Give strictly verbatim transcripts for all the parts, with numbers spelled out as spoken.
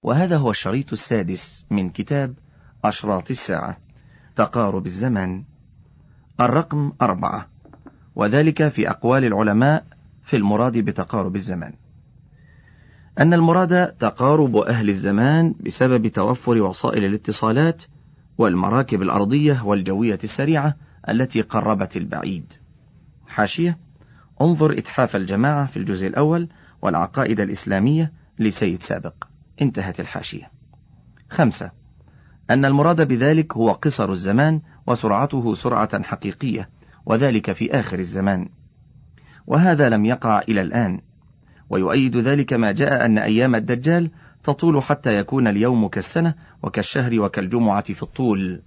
وهذا هو الشريط السادس من كتاب أشراط الساعة، تقارب الزمان، الرقم أربعة، وذلك في أقوال العلماء في المراد بتقارب الزمان. أن المراد تقارب أهل الزمان بسبب توفر وسائل الاتصالات والمراكب الأرضية والجوية السريعة التي قربت البعيد. حاشية: انظر إتحاف الجماعة في الجزء الأول والعقائد الإسلامية لسيد سابق. انتهت الحاشية. خمسة: أن المراد بذلك هو قصر الزمان وسرعته سرعة حقيقية، وذلك في آخر الزمان، وهذا لم يقع إلى الآن. ويؤيد ذلك ما جاء أن أيام الدجال تطول حتى يكون اليوم كالسنة وكالشهر وكالجمعة في الطول،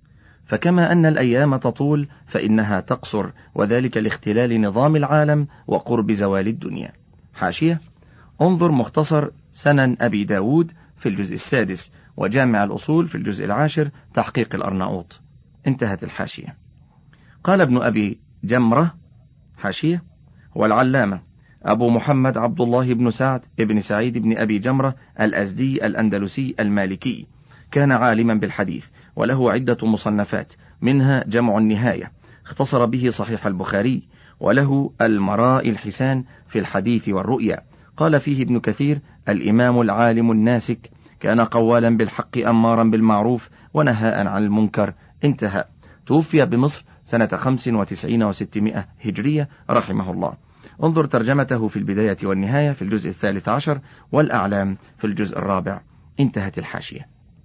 فكما أن الأيام تطول فإنها تقصر، وذلك لاختلال نظام العالم وقرب زوال الدنيا. حاشية: انظر مختصر سنن أبي داود في الجزء السادس، وجامع الأصول في الجزء العاشر تحقيق الأرناؤوط. انتهت الحاشية. قال ابن أبي جمرة: حاشية: والعلامة أبو محمد عبد الله بن سعد ابن سعيد بن أبي جمرة الأزدي الأندلسي المالكي، كان عالما بالحديث، وله عدة مصنفات، منها جمع النهاية اختصر به صحيح البخاري، وله المراء الحسان في الحديث والرؤيا. قال فيه ابن كثير: الإمام العالم الناسك، كان قوالا بالحق أمارا بالمعروف ونهاء عن المنكر. انتهى. توفي بمصر سنة خمس وتسعين وستمائة هجرية رحمه الله. انظر ترجمته في البداية والنهاية في الجزء الثالث عشر، والأعلام في الجزء الرابع. انتهت الحاشية.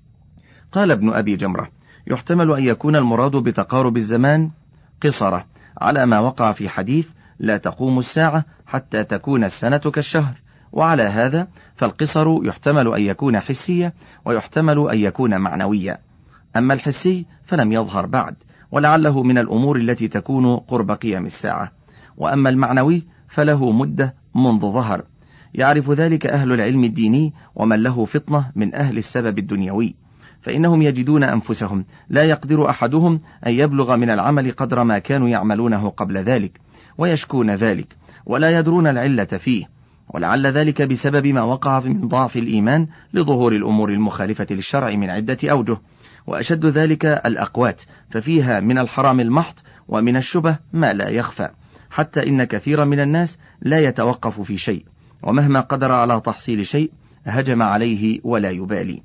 قال ابن أبي جمرة: يحتمل أن يكون المراد بتقارب الزمان قصرة، على ما وقع في حديث لا تقوم الساعة حتى تكون السنة كالشهر، وعلى هذا فالقصر يحتمل أن يكون حسية ويحتمل أن يكون معنوية. أما الحسي فلم يظهر بعد، ولعله من الأمور التي تكون قرب قيام الساعة، وأما المعنوي فله مدة منذ ظهر، يعرف ذلك أهل العلم الديني ومن له فطنة من أهل السبب الدنيوي، فإنهم يجدون أنفسهم لا يقدر أحدهم أن يبلغ من العمل قدر ما كانوا يعملونه قبل ذلك، ويشكون ذلك ولا يدرون العلة فيه، ولعل ذلك بسبب ما وقع من ضعف الإيمان لظهور الأمور المخالفة للشرع من عدة أوجه، وأشد ذلك الأقوات، ففيها من الحرام المحض ومن الشبه ما لا يخفى، حتى إن كثيرا من الناس لا يتوقف في شيء، ومهما قدر على تحصيل شيء هجم عليه ولا يبالي.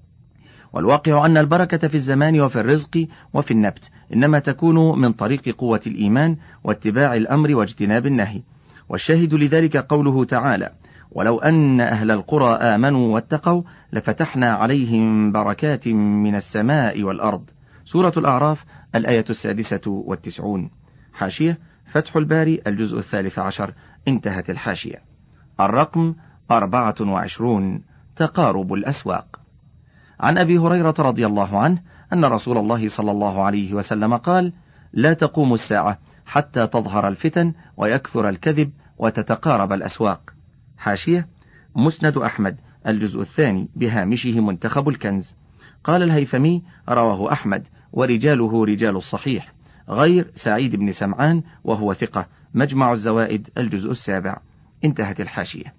والواقع أن البركة في الزمان وفي الرزق وفي النبت إنما تكون من طريق قوة الإيمان واتباع الأمر واجتناب النهي، والشاهد لذلك قوله تعالى: ولو أن أهل القرى آمنوا واتقوا لفتحنا عليهم بركات من السماء والأرض. سورة الأعراف الآية السادسة والتسعون. حاشية: فتح الباري الجزء الثالث عشر. انتهت الحاشية. الرقم أربعة وعشرون: تقارب الأسواق. عن أبي هريرة رضي الله عنه أن رسول الله صلى الله عليه وسلم قال: لا تقوم الساعة حتى تظهر الفتن ويكثر الكذب وتتقارب الأسواق. حاشية: مسند أحمد الجزء الثاني بهامشه منتخب الكنز. قال الهيثمي: رواه أحمد ورجاله رجال الصحيح، غير سعيد بن سمعان وهو ثقة، مجمع الزوائد الجزء السابع. انتهت الحاشية.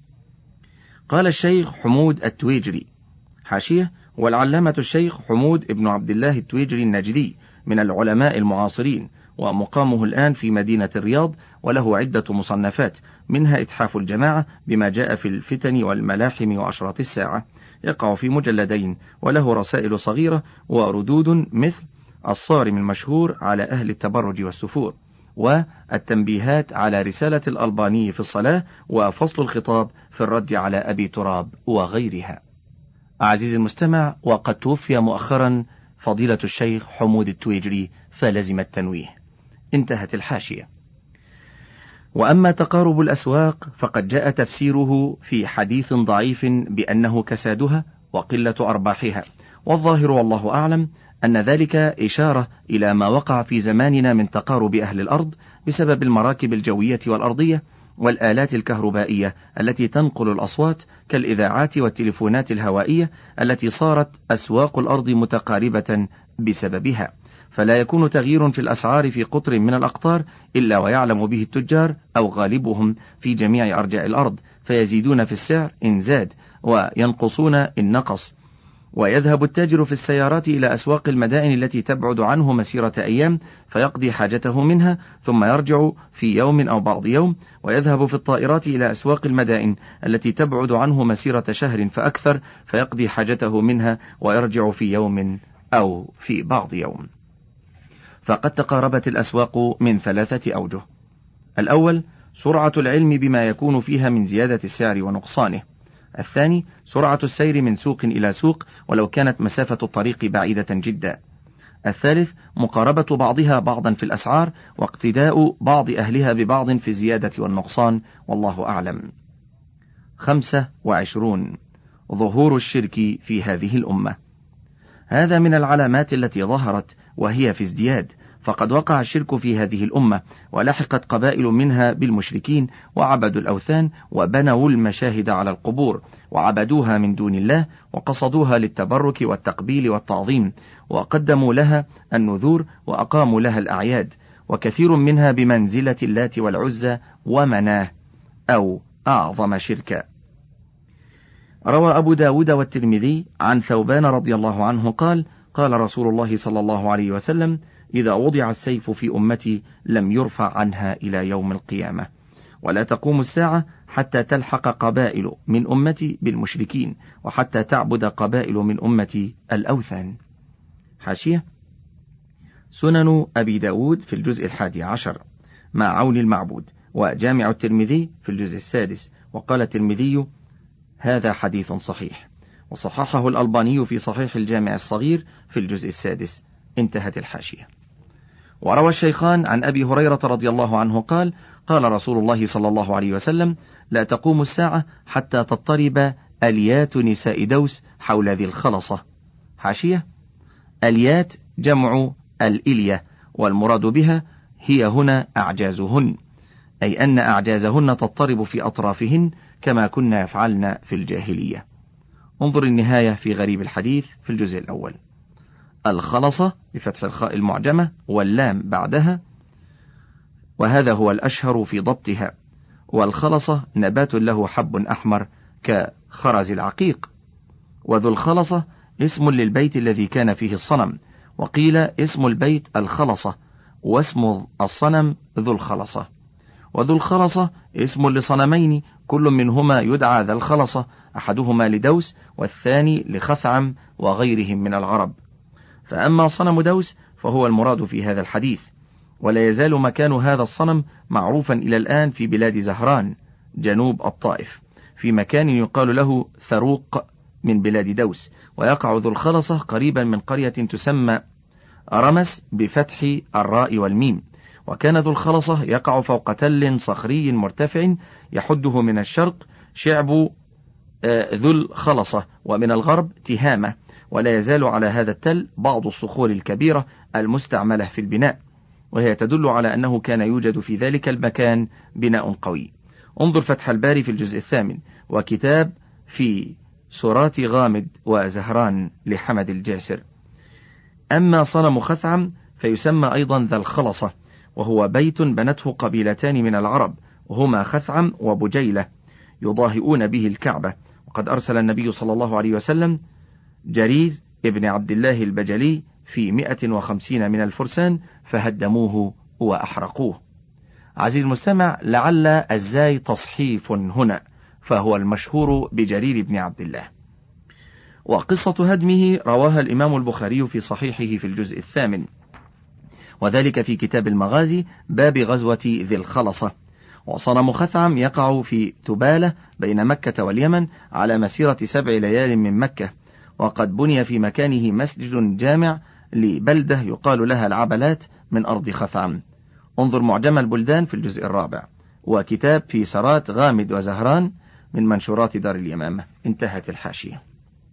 قال الشيخ حمود التويجري: حاشية: والعلامة الشيخ حمود ابن عبد الله التويجري النجدي من العلماء المعاصرين، ومقامه الآن في مدينة الرياض، وله عدة مصنفات، منها إتحاف الجماعة بما جاء في الفتن والملاحم وأشراط الساعة، يقع في مجلدين، وله رسائل صغيرة وردود مثل الصارم المشهور على أهل التبرج والسفور، والتنبيهات على رسالة الألباني في الصلاة، وفصل الخطاب في الرد على أبي تراب وغيرها. عزيزي المستمع، وقد توفي مؤخرا فضيلة الشيخ حمود التويجري، فلزم التنويه. انتهت الحاشية. وأما تقارب الأسواق فقد جاء تفسيره في حديث ضعيف بأنه كسادها وقلة أرباحها، والظاهر والله أعلم أن ذلك إشارة إلى ما وقع في زماننا من تقارب أهل الأرض بسبب المراكب الجوية والأرضية والآلات الكهربائية التي تنقل الأصوات كالإذاعات والتلفونات الهوائية التي صارت أسواق الأرض متقاربة بسببها، فلا يكون تغيير في الأسعار في قطر من الأقطار إلا ويعلم به التجار أو غالبهم في جميع أرجاء الأرض، فيزيدون في السعر إن زاد، وينقصون إن نقص. ويذهب التاجر في السيارات إلى أسواق المدائن التي تبعد عنه مسيرة أيام فيقضي حاجته منها ثم يرجع في يوم أو بعض يوم، ويذهب في الطائرات إلى أسواق المدائن التي تبعد عنه مسيرة شهر فأكثر فيقضي حاجته منها ويرجع في يوم أو في بعض يوم. فقد تقاربت الأسواق من ثلاثة أوجه: الأول سرعة العلم بما يكون فيها من زيادة السعر ونقصانه. الثاني سرعة السير من سوق إلى سوق ولو كانت مسافة الطريق بعيدة جدا. الثالث مقاربة بعضها بعضا في الأسعار واقتداء بعض أهلها ببعض في الزيادة والنقصان، والله أعلم. خمسة وعشرون ظهور الشرك في هذه الأمة. هذا من العلامات التي ظهرت وهي في ازدياد، فقد وقع الشرك في هذه الأمة ولحقت قبائل منها بالمشركين وعبدوا الأوثان وبنوا المشاهد على القبور وعبدوها من دون الله وقصدوها للتبرك والتقبيل والتعظيم وقدموا لها النذور وأقاموا لها الأعياد، وكثير منها بمنزلة اللات والعزى ومناه أو أعظم شركا. روى أبو داود والترمذي عن ثوبان رضي الله عنه قال: قال رسول الله صلى الله عليه وسلم: إذا وضع السيف في أمتي لم يرفع عنها إلى يوم القيامة، ولا تقوم الساعة حتى تلحق قبائل من أمتي بالمشركين وحتى تعبد قبائل من أمتي الأوثان. حاشية: سنن أبي داود في الجزء الحادي عشر مع عون المعبود، وجامع الترمذي في الجزء السادس. وقال الترمذي: هذا حديث صحيح، وصححه الألباني في صحيح الجامع الصغير في الجزء السادس. انتهت الحاشية. وروى الشيخان عن أبي هريرة رضي الله عنه قال: قال رسول الله صلى الله عليه وسلم: لا تقوم الساعة حتى تضطرب أليات نساء دوس حول ذي الخلصة. حاشية: أليات جمع الإلية، والمراد بها هي هنا أعجازهن، أي أن أعجازهن تضطرب في أطرافهن كما كنا يفعلن في الجاهلية. انظر النهاية في غريب الحديث في الجزء الأول. الخلصة بفتح الخاء المعجمة واللام بعدها، وهذا هو الأشهر في ضبطها. والخلصة نبات له حب أحمر كخرز العقيق. وذو الخلصة اسم للبيت الذي كان فيه الصنم، وقيل اسم البيت الخلصة، واسم الصنم ذو الخلصة. وذو الخلصة اسم لصنمين كل منهما يدعى ذا الخلصة، أحدهما لدوس والثاني لخثعم وغيرهم من العرب. فأما صنم دوس فهو المراد في هذا الحديث، ولا يزال مكان هذا الصنم معروفا إلى الآن في بلاد زهران جنوب الطائف، في مكان يقال له ثروق من بلاد دوس. ويقع ذو الخلصة قريبا من قرية تسمى رمس بفتح الراء والميم. وكان ذو الخلصة يقع فوق تل صخري مرتفع يحده من الشرق شعب ذو الخلصة، ومن الغرب تهامة. ولا يزال على هذا التل بعض الصخور الكبيرة المستعملة في البناء، وهي تدل على أنه كان يوجد في ذلك المكان بناء قوي. انظر فتح الباري في الجزء الثامن، وكتاب في سورات غامد وزهران لحمد الجاسر. أما صنم خثعم فيسمى أيضا ذا الخلصة، وهو بيت بنته قبيلتان من العرب، وهما خثعم وبجيلة، يضاهئون به الكعبة. وقد أرسل النبي صلى الله عليه وسلم جريز ابن عبد الله البجلي في مئة وخمسين من الفرسان فهدموه وأحرقوه. عزيزي المستمع، لعل الزاي تصحيف هنا، فهو المشهور بجرير بن عبد الله. وقصة هدمه رواها الإمام البخاري في صحيحه في الجزء الثامن، وذلك في كتاب المغازي باب غزوة ذي الخلصة. وصنم خثعم يقع في تبالة بين مكة واليمن على مسيرة سبع ليال من مكة، وقد بني في مكانه مسجد جامع لبلدة يقال لها العبلات من أرض خثعم. انظر معجم البلدان في الجزء الرابع، وكتاب في سرات غامد وزهران من منشورات دار اليمامة. انتهت الحاشية.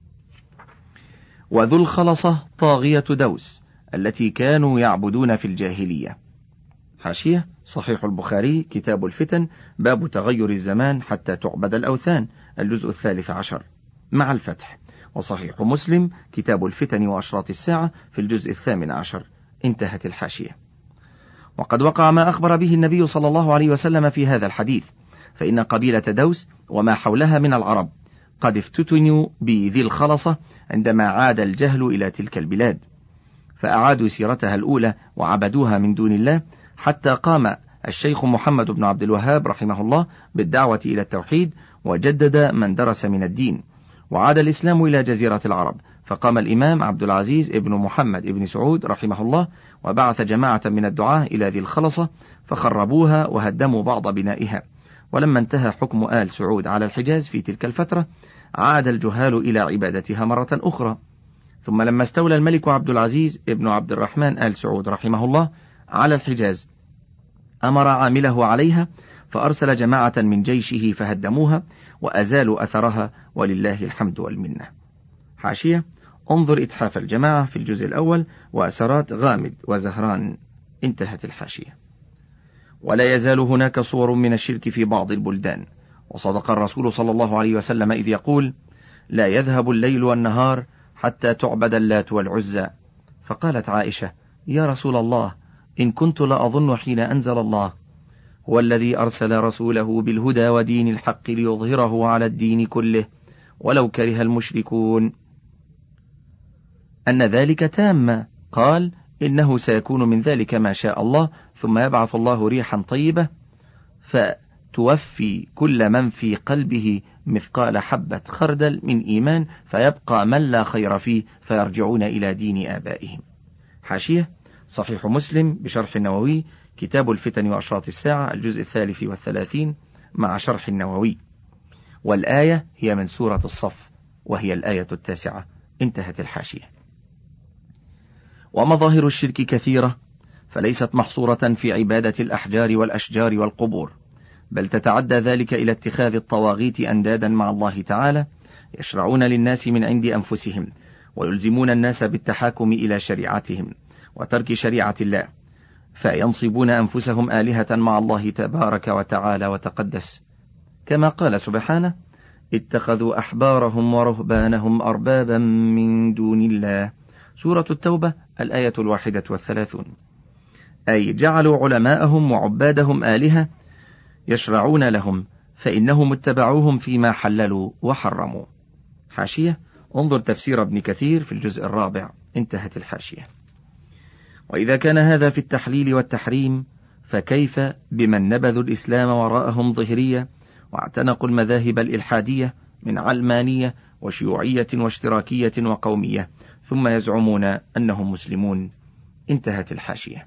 وذو الخلصة طاغية دوس التي كانوا يعبدون في الجاهلية. حاشية: صحيح البخاري كتاب الفتن باب تغير الزمان حتى تعبد الأوثان الجزء الثالث عشر مع الفتح. وصحيح مسلم كتاب الفتن وأشراط الساعة في الجزء الثامن عشر. انتهت الحاشية. وقد وقع ما أخبر به النبي صلى الله عليه وسلم في هذا الحديث، فإن قبيلة دوس وما حولها من العرب قد افتتنوا بذي الخلصة عندما عاد الجهل إلى تلك البلاد، فأعادوا سيرتها الأولى وعبدوها من دون الله، حتى قام الشيخ محمد بن عبد الوهاب رحمه الله بالدعوة إلى التوحيد، وجدد من درس من الدين، وعاد الإسلام إلى جزيرة العرب، فقام الإمام عبد العزيز ابن محمد ابن سعود رحمه الله وبعث جماعة من الدعاة إلى ذي الخلصة فخربوها وهدموا بعض بنائها. ولما انتهى حكم آل سعود على الحجاز في تلك الفترة عاد الجهال إلى عبادتها مرة أخرى. ثم لما استولى الملك عبد العزيز ابن عبد الرحمن آل سعود رحمه الله على الحجاز أمر عامله عليها فأرسل جماعة من جيشه فهدموها وأزالوا أثرها، ولله الحمد والمنة. حاشية: انظر إتحاف الجماعة في الجزء الأول وأسرات غامد وزهران. انتهت الحاشية. ولا يزال هناك صور من الشرك في بعض البلدان، وصدق الرسول صلى الله عليه وسلم إذ يقول: لا يذهب الليل والنهار حتى تعبد اللات والعزى. فقالت عائشة: يا رسول الله، إن كنت لأظن حين أنزل الله هو الذي أرسل رسوله بالهدى ودين الحق ليظهره على الدين كله ولو كره المشركون أن ذلك تام. قال: إنه سيكون من ذلك ما شاء الله، ثم يبعث الله ريحا طيبة فتوفي كل من في قلبه مثقال حبة خردل من إيمان، فيبقى من لا خير فيه فيرجعون إلى دين آبائهم. حاشية: صحيح مسلم بشرح النووي، كتاب الفتن وأشراط الساعة، الجزء الثالث والثلاثين مع شرح النووي. والآية هي من سورة الصف، وهي الآية التاسعة. انتهت الحاشية. ومظاهر الشرك كثيرة، فليست محصورة في عبادة الأحجار والأشجار والقبور، بل تتعدى ذلك إلى اتخاذ الطواغيت أندادا مع الله تعالى، يشرعون للناس من عند أنفسهم، ويلزمون الناس بالتحاكم إلى شريعتهم وترك شريعة الله، فينصبون أنفسهم آلهة مع الله تبارك وتعالى وتقدس، كما قال سبحانه: اتخذوا أحبارهم ورهبانهم أربابا من دون الله. سورة التوبة الآية الواحدة والثلاثون. أي جعلوا علماءهم وعبادهم آلهة يشرعون لهم، فإنهم اتبعوهم فيما حللوا وحرموا. حاشية: انظر تفسير ابن كثير في الجزء الرابع. انتهت الحاشية. وإذا كان هذا في التحليل والتحريم، فكيف بمن نبذوا الإسلام وراءهم ظهرية، واعتنقوا المذاهب الإلحادية من علمانية وشيوعية واشتراكية وقومية، ثم يزعمون أنهم مسلمون. انتهت الحاشية.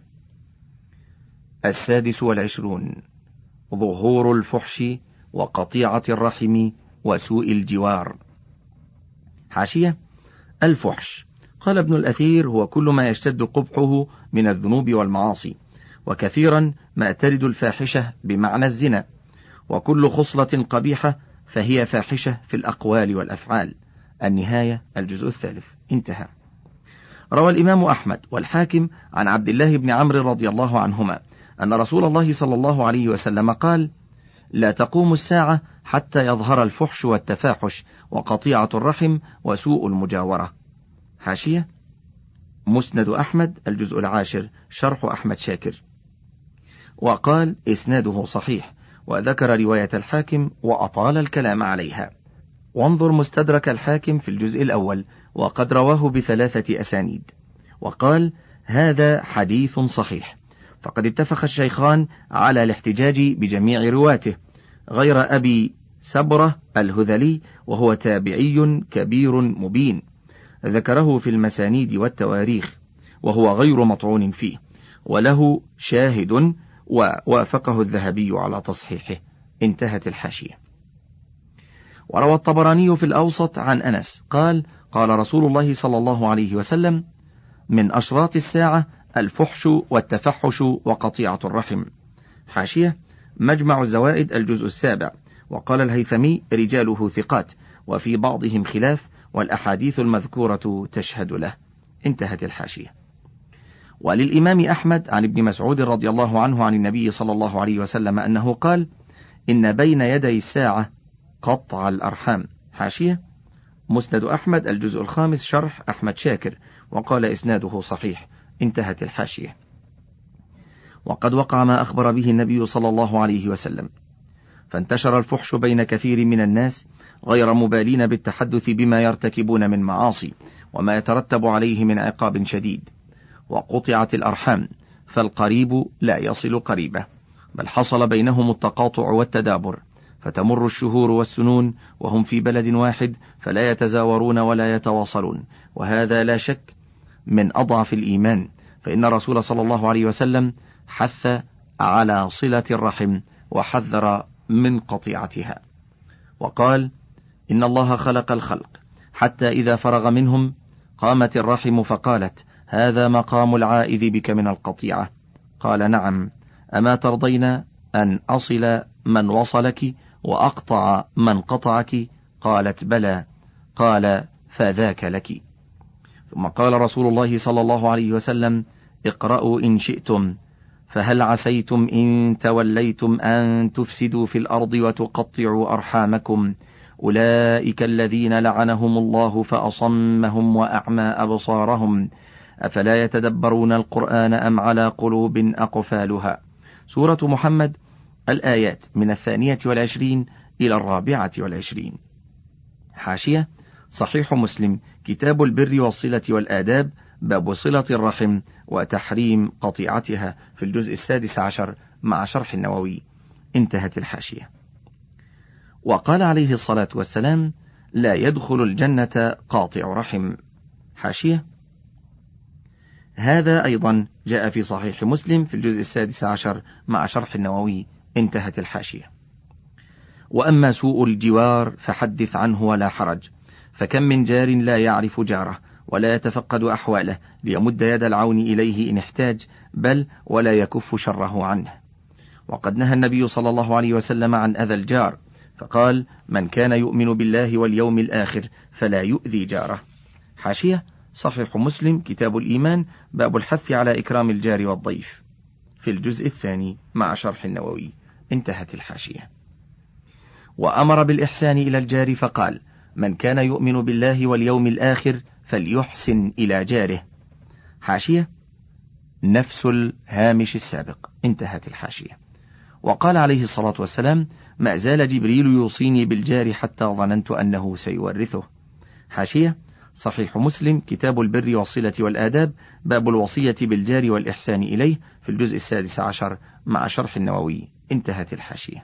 السادس والعشرون: ظهور الفحش وقطيعة الرحم وسوء الجوار. حاشية: الفحش، قال ابن الأثير، هو كل ما يشتد قبحه من الذنوب والمعاصي، وكثيرا ما ترد الفاحشة بمعنى الزنا، وكل خصلة قبيحة فهي فاحشة في الأقوال والأفعال. النهاية الجزء الثالث. انتهى. روى الإمام أحمد والحاكم عن عبد الله بن عمرو رضي الله عنهما أن رسول الله صلى الله عليه وسلم قال: لا تقوم الساعة حتى يظهر الفحش والتفاحش وقطيعة الرحم وسوء المجاورة. حاشية: مسند أحمد الجزء العاشر، شرح أحمد شاكر. وقال: إسناده صحيح، وذكر رواية الحاكم وأطال الكلام عليها. وانظر مستدرك الحاكم في الجزء الأول، وقد رواه بثلاثة أسانيد. وقال: هذا حديث صحيح، فقد اتفق الشيخان على الاحتجاج بجميع رواته، غير أبي سبرة الهذلي، وهو تابعي كبير مبين، ذكره في المسانيد والتواريخ، وهو غير مطعون فيه، وله شاهد ووافقه الذهبي على تصحيحه. انتهت الحاشية. وروى الطبراني في الأوسط عن أنس قال: قال رسول الله صلى الله عليه وسلم: من أشراط الساعة الفحش والتفحش وقطيعة الرحم. حاشية: مجمع الزوائد الجزء السابع. وقال الهيثمي: رجاله ثقات، وفي بعضهم خلاف، والأحاديث المذكورة تشهد له. انتهت الحاشية. وللإمام أحمد عن ابن مسعود رضي الله عنه عن النبي صلى الله عليه وسلم أنه قال: إن بين يدي الساعة قطع الأرحام. حاشية: مسند أحمد الجزء الخامس، شرح أحمد شاكر، وقال إسناده صحيح. انتهت الحاشية. وقد وقع ما أخبر به النبي صلى الله عليه وسلم، فانتشر الفحش بين كثير من الناس، غير مبالين بالتحدث بما يرتكبون من معاصي وما يترتب عليه من عقاب شديد. وقطعت الأرحام، فالقريب لا يصل قريبه، بل حصل بينهم التقاطع والتدابر، فتمر الشهور والسنون وهم في بلد واحد فلا يتزاورون ولا يتواصلون، وهذا لا شك من أضعف الإيمان، فإن الرسول صلى الله عليه وسلم حث على صلة الرحم وحذر من قطيعتها، وقال: إن الله خلق الخلق حتى إذا فرغ منهم قامت الرحم فقالت: هذا مقام العائذ بك من القطيعة. قال: نعم، أما ترضين أن أصل من وصلك وأقطع من قطعك؟ قالت: بلى. قال: فذاك لك. ثم قال رسول الله صلى الله عليه وسلم: اقرأوا إن شئتم، فهل عسيتم إن توليتم أن تفسدوا في الأرض وتقطعوا أرحامكم، أولئك الذين لعنهم الله فأصمهم وأعمى أبصارهم، أفلا يتدبرون القرآن أم على قلوب أقفالها. سورة محمد، الآيات من الثانية والعشرين إلى الرابعة والعشرين. حاشية: صحيح مسلم، كتاب البر والصلة والآداب، باب صلة الرحم وتحريم قطيعتها، في الجزء السادس عشر مع شرح النووي. انتهت الحاشية. وقال عليه الصلاة والسلام: لا يدخل الجنة قاطع رحم. حاشية: هذا أيضا جاء في صحيح مسلم في الجزء السادس عشر مع شرح النووي. انتهت الحاشية. وأما سوء الجوار فحدث عنه ولا حرج، فكم من جار لا يعرف جاره ولا يتفقد أحواله ليمد يد العون إليه إن احتاج، بل ولا يكف شره عنه. وقد نهى النبي صلى الله عليه وسلم عن أذى الجار، فقال: من كان يؤمن بالله واليوم الآخر فلا يؤذي جاره. حاشية: صحيح مسلم، كتاب الإيمان، باب الحث على إكرام الجار والضيف، في الجزء الثاني مع شرح النووي. انتهت الحاشية. وأمر بالإحسان إلى الجار فقال: من كان يؤمن بالله واليوم الآخر فليحسن إلى جاره. حاشية: نفس الهامش السابق. انتهت الحاشية. وقال عليه الصلاة والسلام: ما زال جبريل يوصيني بالجار حتى ظننت أنه سيورثه. حاشية: صحيح مسلم، كتاب البر والصلة والآداب، باب الوصية بالجار والإحسان إليه، في الجزء السادس عشر مع شرح النووي. انتهت الحاشية.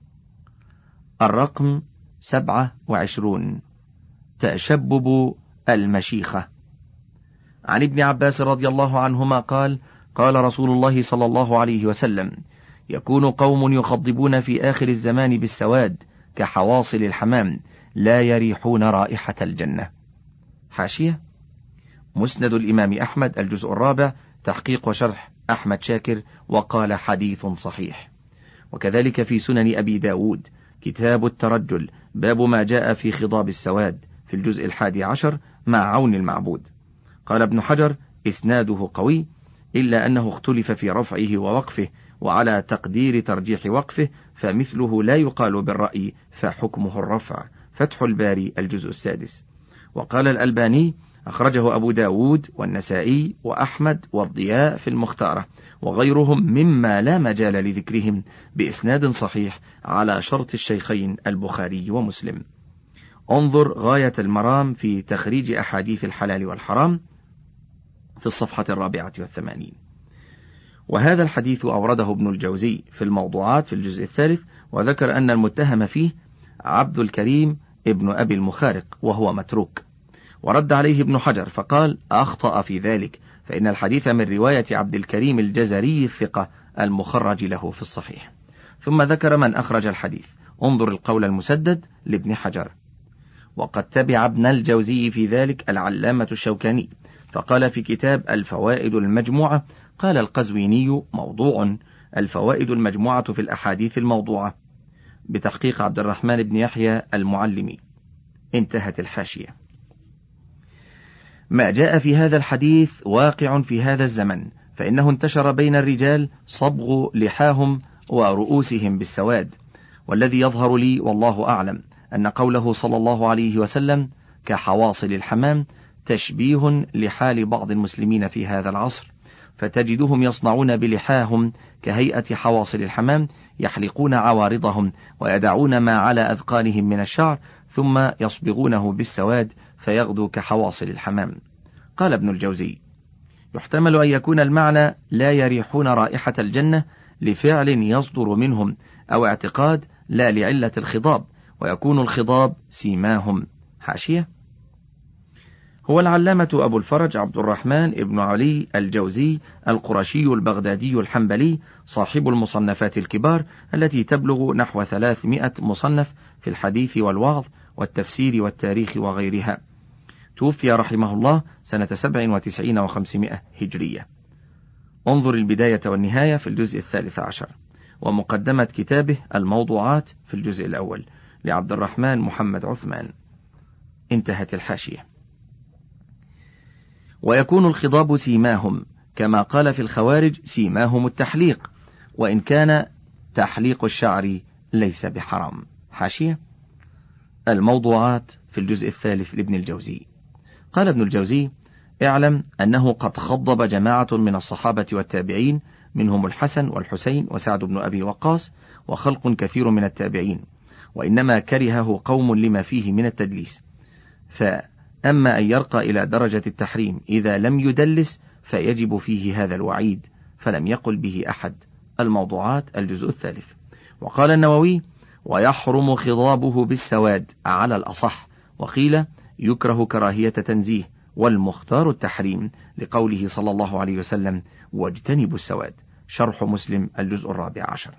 الرقم سبعة وعشرون: تشبب المشيخة. عن ابن عباس رضي الله عنهما قال: قال رسول الله صلى الله عليه وسلم: يكون قوم يخضبون في آخر الزمان بالسواد كحواصل الحمام، لا يريحون رائحة الجنة. حاشية: مسند الإمام أحمد، الجزء الرابع، تحقيق وشرح أحمد شاكر، وقال: حديث صحيح. وكذلك في سنن أبي داود، كتاب الترجل، باب ما جاء في خضاب السواد، في الجزء الحادي عشر مع عون المعبود. قال ابن حجر: إسناده قوي، إلا أنه اختلف في رفعه ووقفه، وعلى تقدير ترجيح وقفه فمثله لا يقال بالرأي فحكمه الرفع. فتح الباري، الجزء السادس. وقال الألباني: أخرجه أبو داود والنسائي وأحمد والضياء في المختارة، وغيرهم مما لا مجال لذكرهم، بإسناد صحيح على شرط الشيخين البخاري ومسلم. انظر غاية المرام في تخريج أحاديث الحلال والحرام في الصفحة الرابعة والثمانين. وهذا الحديث أورده ابن الجوزي في الموضوعات في الجزء الثالث، وذكر أن المتهم فيه عبد الكريم ابن أبي المخارق وهو متروك. ورد عليه ابن حجر فقال: أخطأ في ذلك، فإن الحديث من رواية عبد الكريم الجزري الثقة المخرج له في الصحيح. ثم ذكر من أخرج الحديث. انظر القول المسدد لابن حجر. وقد تبع ابن الجوزي في ذلك العلامة الشوكاني، فقال في كتاب الفوائد المجموعة: قال القزويني: موضوع. الفوائد المجموعة في الأحاديث الموضوعة، بتحقيق عبد الرحمن بن يحيى المعلمي. انتهت الحاشية. ما جاء في هذا الحديث واقع في هذا الزمن، فإنه انتشر بين الرجال صبغ لحاهم ورؤوسهم بالسواد. والذي يظهر لي والله أعلم أن قوله صلى الله عليه وسلم كحواصل الحمام تشبيه لحال بعض المسلمين في هذا العصر، فتجدهم يصنعون بلحاهم كهيئة حواصل الحمام، يحلقون عوارضهم ويدعون ما على أذقانهم من الشعر، ثم يصبغونه بالسواد فيغدو كحواصل الحمام. قال ابن الجوزي: يحتمل أن يكون المعنى لا يريحون رائحة الجنة لفعل يصدر منهم، أو اعتقاد لا لعلة الخضاب، ويكون الخضاب سيماهم. حاشية: هو العلامة أبو الفرج عبد الرحمن ابن علي الجوزي القرشي البغدادي الحنبلي صاحب المصنفات الكبار التي تبلغ نحو ثلاثمائة مصنف في الحديث والوعظ والتفسير والتاريخ وغيرها. توفي رحمه الله سنة سبع وتسعين وخمسمائة هجرية. انظر البداية والنهاية في الجزء الثالث عشر، ومقدمة كتابه الموضوعات في الجزء الأول لعبد الرحمن محمد عثمان. انتهت الحاشية. ويكون الخضاب سيماهم، كما قال في الخوارج سيماهم التحليق، وإن كان تحليق الشعر ليس بحرام. حاشية: الموضوعات في الجزء الثالث لابن الجوزي. قال ابن الجوزي: اعلم أنه قد خضب جماعة من الصحابة والتابعين، منهم الحسن والحسين وسعد بن أبي وقاص وخلق كثير من التابعين، وإنما كرهه قوم لما فيه من التدليس، فأما أن يرقى إلى درجة التحريم إذا لم يدلس فيجب فيه هذا الوعيد، فلم يقل به أحد. الموضوعات الجزء الثالث. وقال النووي: ويحرم خضابه بالسواد على الأصح، وقيل يكره كراهية تنزيه، والمختار التحريم، لقوله صلى الله عليه وسلم: واجتنبوا السواد. شرح مسلم الجزء الرابع عشر.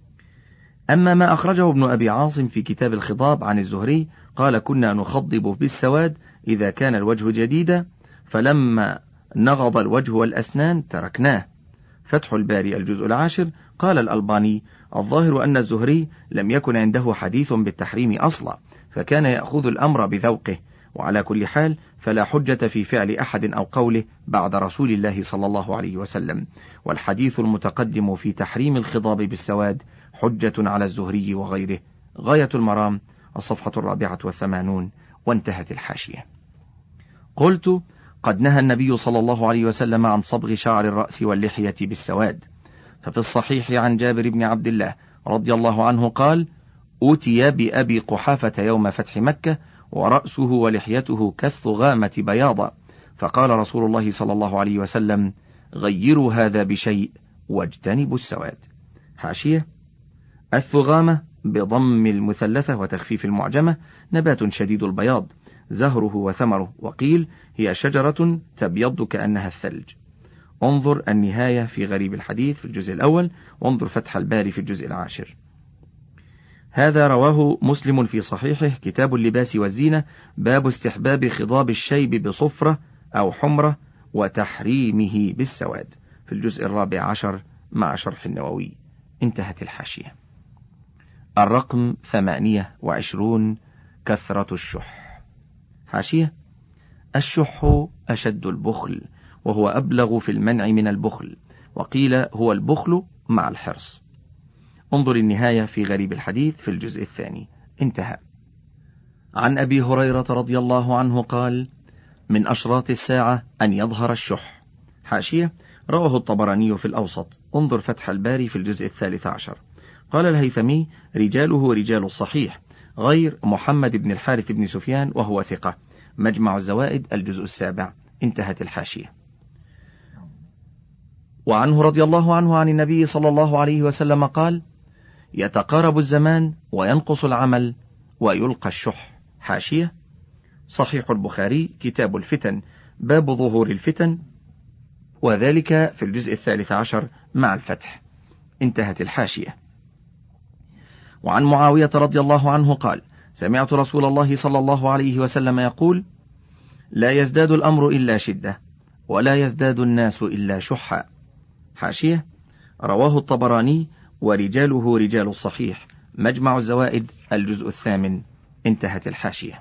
أما ما أخرجه ابن أبي عاصم في كتاب الخضاب عن الزهري قال: كنا نخضب بالسواد إذا كان الوجه جديدا، فلما نغض الوجه والأسنان تركناه. فتح الباري الجزء العاشر. قال الألباني: الظاهر أن الزهري لم يكن عنده حديث بالتحريم أصلا، فكان يأخذ الأمر بذوقه، وعلى كل حال فلا حجة في فعل أحد أو قوله بعد رسول الله صلى الله عليه وسلم، والحديث المتقدم في تحريم الخضاب بالسواد حجة على الزهري وغيره. غاية المرام الصفحة الرابعة والثمانون. وانتهت الحاشية. قلت: قد نهى النبي صلى الله عليه وسلم عن صبغ شعر الرأس واللحية بالسواد، ففي الصحيح عن جابر بن عبد الله رضي الله عنه قال: أوتي بأبي قحافة يوم فتح مكة ورأسه ولحيته كالثغامة بياضا، فقال رسول الله صلى الله عليه وسلم: غيروا هذا بشيء واجتنبوا السواد. حاشية: الثغامة بضم المثلثة وتخفيف المعجمة نبات شديد البياض، زهره وثمره، وقيل هي شجرة تبيض كأنها الثلج. انظر النهاية في غريب الحديث في الجزء الأول، وانظر فتح الباري في الجزء العاشر. هذا رواه مسلم في صحيحه كتاب اللباس والزينة، باب استحباب خضاب الشيب بصفرة أو حمرة وتحريمه بالسواد، في الجزء الرابع عشر مع شرح النووي. انتهت الحاشية. الرقم ثمانية وعشرون. كثرة الشح. حاشية: الشح أشد البخل، وهو أبلغ في المنع من البخل، وقيل هو البخل مع الحرص. انظر النهاية في غريب الحديث في الجزء الثاني. انتهى. عن أبي هريرة رضي الله عنه قال: من أشراط الساعة أن يظهر الشح. حاشية: رواه الطبراني في الأوسط، انظر فتح الباري في الجزء الثالث عشر. قال الهيثمي: رجاله رجال الصحيح، غير محمد بن الحارث بن سفيان وهو ثقة. مجمع الزوائد الجزء السابع. انتهت الحاشية. وعنه رضي الله عنه عن النبي صلى الله عليه وسلم قال: يتقارب الزمان وينقص العمل ويلقى الشح. حاشية: صحيح البخاري كتاب الفتن، باب ظهور الفتن، وذلك في الجزء الثالث عشر مع الفتح. انتهت الحاشية. وعن معاوية رضي الله عنه قال: سمعت رسول الله صلى الله عليه وسلم يقول: لا يزداد الأمر إلا شدة، ولا يزداد الناس إلا شحا. حاشية: رواه الطبراني ورجاله رجال الصحيح، مجمع الزوائد الجزء الثامن. انتهت الحاشية.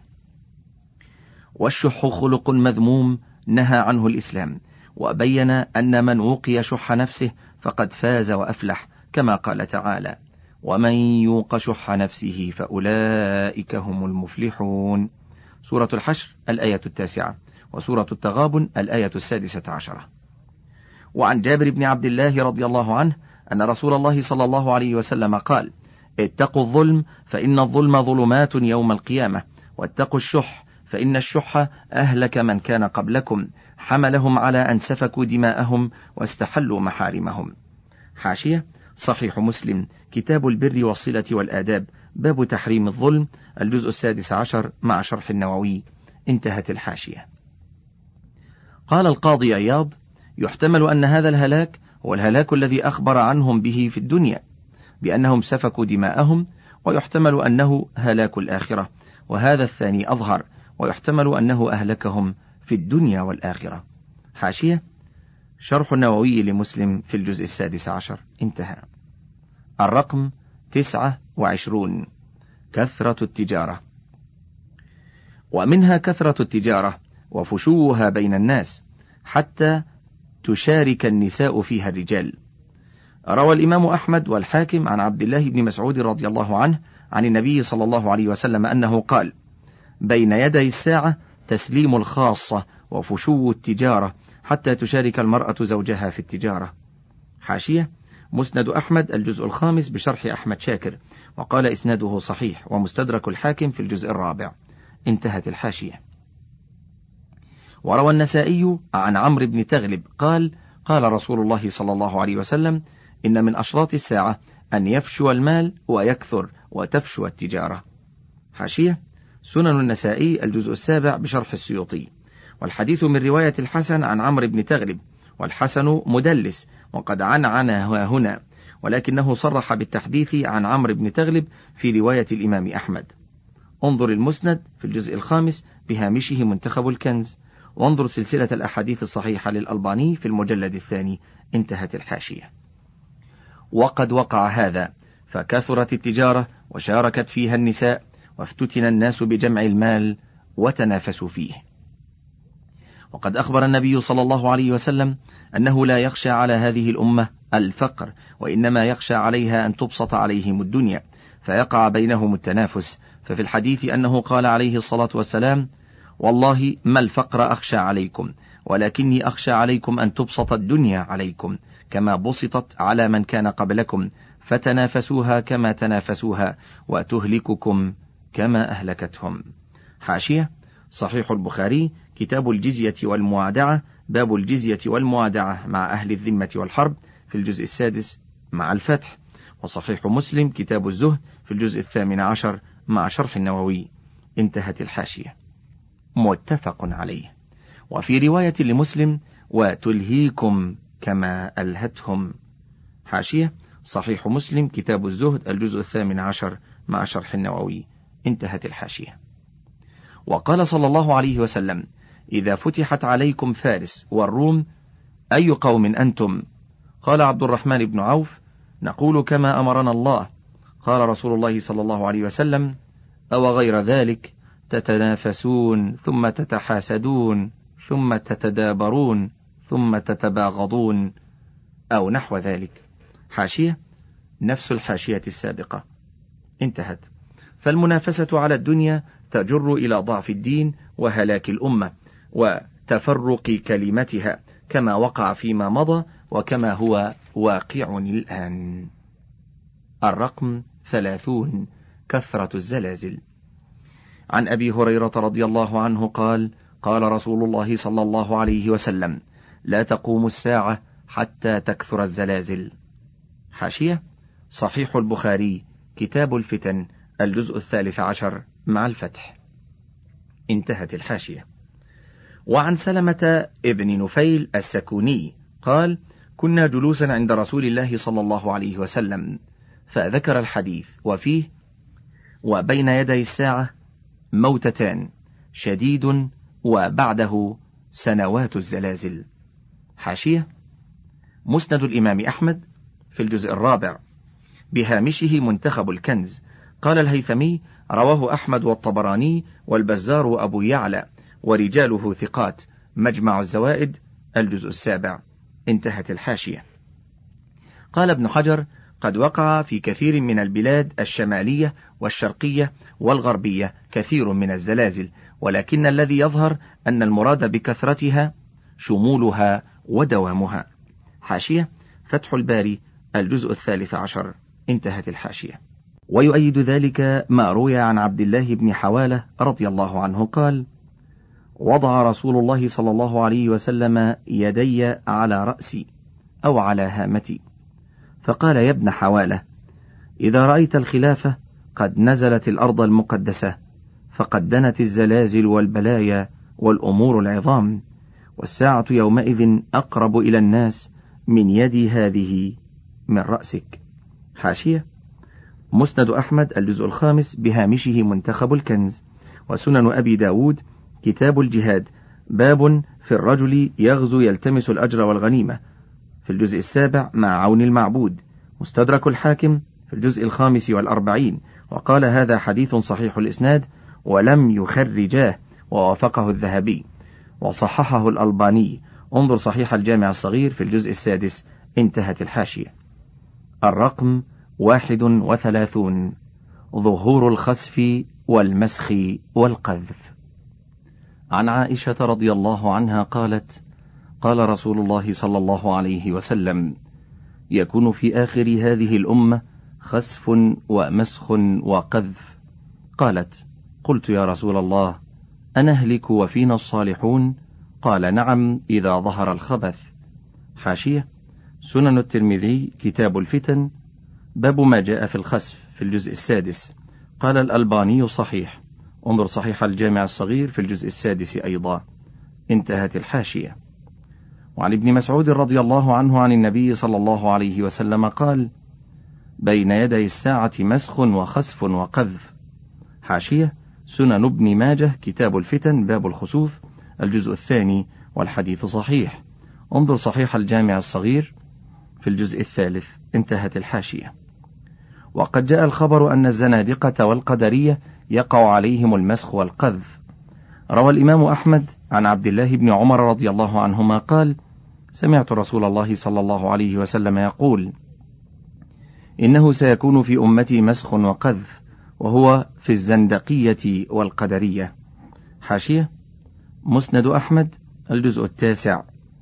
والشح خلق مذموم نهى عنه الإسلام، وبين أن من وقي شح نفسه فقد فاز وأفلح، كما قال تعالى: ومن يوق شح نفسه فأولئك هم المفلحون. سورة الحشر الآية التاسعة، وسورة التغابن الآية السادسة عشرة. وعن جابر بن عبد الله رضي الله عنه أن رسول الله صلى الله عليه وسلم قال: اتقوا الظلم، فإن الظلم ظلمات يوم القيامة، واتقوا الشح فإن الشح أهلك من كان قبلكم، حملهم على أن سفكوا دماءهم واستحلوا محارمهم. حاشية صحيح مسلم كتاب البر والصلة والآداب، باب تحريم الظلم، الجزء السادس عشر مع شرح النووي. انتهت الحاشية. قال القاضي عياض: يحتمل أن هذا الهلاك هو الهلاك الذي أخبر عنهم به في الدنيا بأنهم سفكوا دماءهم، ويحتمل أنه هلاك الآخرة، وهذا الثاني أظهر، ويحتمل أنه أهلكهم في الدنيا والآخرة. حاشية شرح النووي لمسلم في الجزء السادس عشر. انتهى. الرقم تسعة وعشرون: كثرة التجارة. ومنها كثرة التجارة وفشوها بين الناس حتى تشارك النساء فيها الرجال. روى الإمام أحمد والحاكم عن عبد الله بن مسعود رضي الله عنه عن النبي صلى الله عليه وسلم أنه قال: بين يدي الساعة تسليم الخاصة وفشو التجارة حتى تشارك المرأة زوجها في التجارة. حاشية مسند أحمد الجزء الخامس بشرح أحمد شاكر، وقال إسناده صحيح، ومستدرك الحاكم في الجزء الرابع. انتهت الحاشية. وروى النسائي عن عمرو بن تغلب قال: قال رسول الله صلى الله عليه وسلم: إن من أشراط الساعة أن يفشو المال ويكثر وتفشو التجارة. حاشية سنن النسائي الجزء السابع بشرح السيوطي، والحديث من رواية الحسن عن عمرو بن تغلب، والحسن مدلس وقد عنعنه هنا، ولكنه صرح بالتحديث عن عمرو بن تغلب في رواية الإمام أحمد. انظر المسند في الجزء الخامس بهامشه منتخب الكنز، وانظر سلسلة الأحاديث الصحيحة للألباني في المجلد الثاني. انتهت الحاشية. وقد وقع هذا، فكثرت التجارة وشاركت فيها النساء، وافتتن الناس بجمع المال وتنافسوا فيه. وقد أخبر النبي صلى الله عليه وسلم أنه لا يخشى على هذه الأمة الفقر، وإنما يخشى عليها أن تبسط عليهم الدنيا فيقع بينهم التنافس. ففي الحديث أنه قال عليه الصلاة والسلام: والله ما الفقر أخشى عليكم، ولكني أخشى عليكم أن تبسط الدنيا عليكم كما بسطت على من كان قبلكم، فتنافسوها كما تنافسوها، وتهلككم كما أهلكتهم. حاشية صحيح البخاري كتاب الجزية والموادعة، باب الجزية والموادعة مع أهل الذمة والحرب في الجزء السادس مع الفتح. وصحيح مسلم كتاب الزهد في الجزء الثامن عشر مع شرح النووي. انتهت الحاشية. متفق عليه. وفي رواية لمسلم: وتلهيكم كما ألهتهم. حاشية صحيح مسلم كتاب الزهد الجزء الثامن عشر مع شرح النووي. انتهت الحاشية. وقال صلى الله عليه وسلم: إذا فتحت عليكم فارس والروم أي قوم أنتم؟ قال عبد الرحمن بن عوف: نقول كما أمرنا الله. قال رسول الله صلى الله عليه وسلم: أو غير ذلك؟ تتنافسون ثم تتحاسدون ثم تتدابرون ثم تتباغضون، أو نحو ذلك. حاشية نفس الحاشية السابقة. انتهت. فالمنافسة على الدنيا تجر إلى ضعف الدين وهلاك الأمة وتفرق كلمتها، كما وقع فيما مضى وكما هو واقع الآن. الرقم ثلاثون: كثرة الزلازل. عن أبي هريرة رضي الله عنه قال: قال رسول الله صلى الله عليه وسلم: لا تقوم الساعة حتى تكثر الزلازل. حاشية صحيح البخاري كتاب الفتن الجزء الثالث عشر مع الفتح. انتهت الحاشية. وعن سلمة ابن نفيل السكوني قال: كنا جلوسا عند رسول الله صلى الله عليه وسلم، فذكر الحديث وفيه: وبين يدي الساعة موتتان، شديد وبعده سنوات الزلازل. حاشية مسند الإمام أحمد في الجزء الرابع بهامشه منتخب الكنز. قال الهيثمي: رواه أحمد والطبراني والبزار وأبو يعلى ورجاله ثقات، مجمع الزوائد الجزء السابع. انتهت الحاشية. قال ابن حجر: قد وقع في كثير من البلاد الشمالية والشرقية والغربية كثير من الزلازل، ولكن الذي يظهر أن المراد بكثرتها شمولها ودوامها. حاشية فتح الباري الجزء الثالث عشر. انتهت الحاشية. ويؤيد ذلك ما روي عن عبد الله بن حوالة رضي الله عنه قال: وضع رسول الله صلى الله عليه وسلم يدي على رأسي أو على هامتي، فقال: يا ابن حوالة، إذا رأيت الخلافة قد نزلت الأرض المقدسة، فقد دنت الزلازل والبلايا والأمور العظام، والساعة يومئذ أقرب إلى الناس من يدي هذه من رأسك. حاشية: مسند أحمد الجزء الخامس بهامشه منتخب الكنز، وسنن أبي داود كتاب الجهاد، باب في الرجل يغزو يلتمس الأجر والغنيمة، في الجزء السابع مع عون المعبود، مستدرك الحاكم في الجزء الخامس والأربعين، وقال: هذا حديث صحيح الإسناد ولم يخرجاه، ووافقه الذهبي وصححه الألباني، انظر صحيح الجامع الصغير في الجزء السادس. انتهت الحاشية. الرقم واحد وثلاثون: ظهور الخسف والمسخ والقذف. عن عائشة رضي الله عنها قالت: قال رسول الله صلى الله عليه وسلم: يكون في آخر هذه الأمة خسف ومسخ وقذف. قالت: قلت يا رسول الله، أنهلك وفينا الصالحون؟ قال: نعم، إذا ظهر الخبث. حاشية: سنن الترمذي كتاب الفتن، باب ما جاء في الخسف في الجزء السادس. قال الألباني صحيح، انظر صحيح الجامع الصغير في الجزء السادس أيضا. انتهت الحاشية. وعن ابن مسعود رضي الله عنه عن النبي صلى الله عليه وسلم قال: بين يدي الساعة مسخ وخسف وقذف. حاشية: سنن ابن ماجه كتاب الفتن، باب الخسوف، الجزء الثاني، والحديث صحيح، انظر صحيح الجامع الصغير في الجزء الثالث. انتهت الحاشية. وقد جاء الخبر أن الزنادقة والقدرية يقع عليهم المسخ والقذف. روى الإمام أحمد عن عبد الله بن عمر رضي الله عنهما قال: سمعت رسول الله صلى الله عليه وسلم يقول: إنه سيكون في أمتي مسخ وقذف، وهو في الزندقية والقدرية. حاشية: مسند أحمد الجزء التاسع،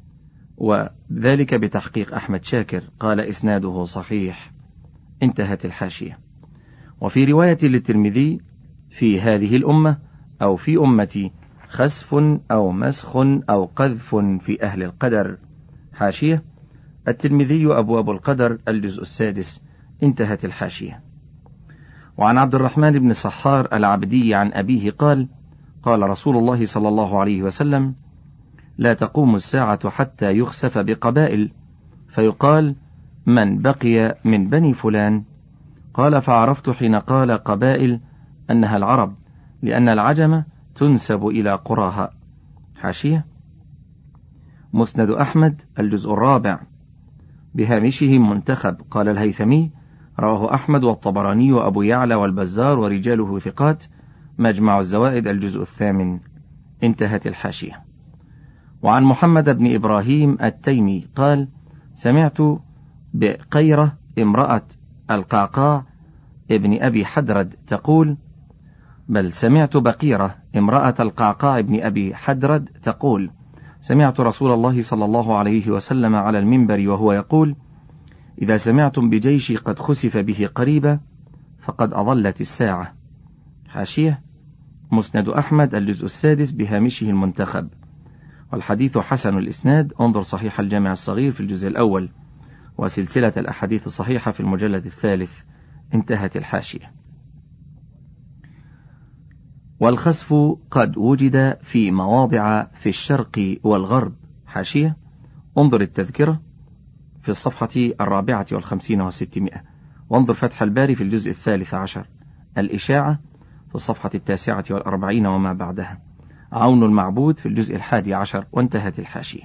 وذلك بتحقيق أحمد شاكر، قال إسناده صحيح. انتهت الحاشية. وفي رواية للترمذي: في هذه الأمة أو في أمتي خسف أو مسخ أو قذف في أهل القدر. حاشية: الترمذي أبواب القدر الجزء السادس. انتهت الحاشية. وعن عبد الرحمن بن صحار العبدي عن أبيه قال: قال رسول الله صلى الله عليه وسلم: لا تقوم الساعة حتى يخسف بقبائل، فيقال: من بقي من بني فلان؟ قال: فعرفت حين قال قبائل أنها العرب، لأن العجم تنسب إلى قراها. حاشية: مسند أحمد الجزء الرابع بهامشه منتخب، قال الهيثمي: رواه أحمد والطبراني وأبو يعلى والبزار ورجاله ثقات، مجمع الزوائد الجزء الثامن. انتهت الحاشية. وعن محمد بن إبراهيم التيمي قال: سمعت بقيرة امرأة القعقاع ابن أبي حدرد تقول بل سمعت بقيرة امرأة القعقاع ابن أبي حدرد تقول: سمعت رسول الله صلى الله عليه وسلم على المنبر وهو يقول: إذا سمعتم بجيش قد خسف به قريبا فقد أضلت الساعة. حاشية: مسند أحمد الجزء السادس بهامشه المنتخب، والحديث حسن الإسناد، انظر صحيح الجامع الصغير في الجزء الأول، وسلسلة الأحاديث الصحيحة في المجلد الثالث. انتهت الحاشية. والخسف قد وجد في مواضع في الشرق والغرب. حاشية: انظر التذكرة في الصفحة الرابعة والخمسين والستمائة، وانظر فتح الباري في الجزء الثالث عشر، الإشاعة في الصفحة التاسعة والأربعين وما بعدها، عون المعبود في الجزء الحادي عشر. وانتهت الحاشية.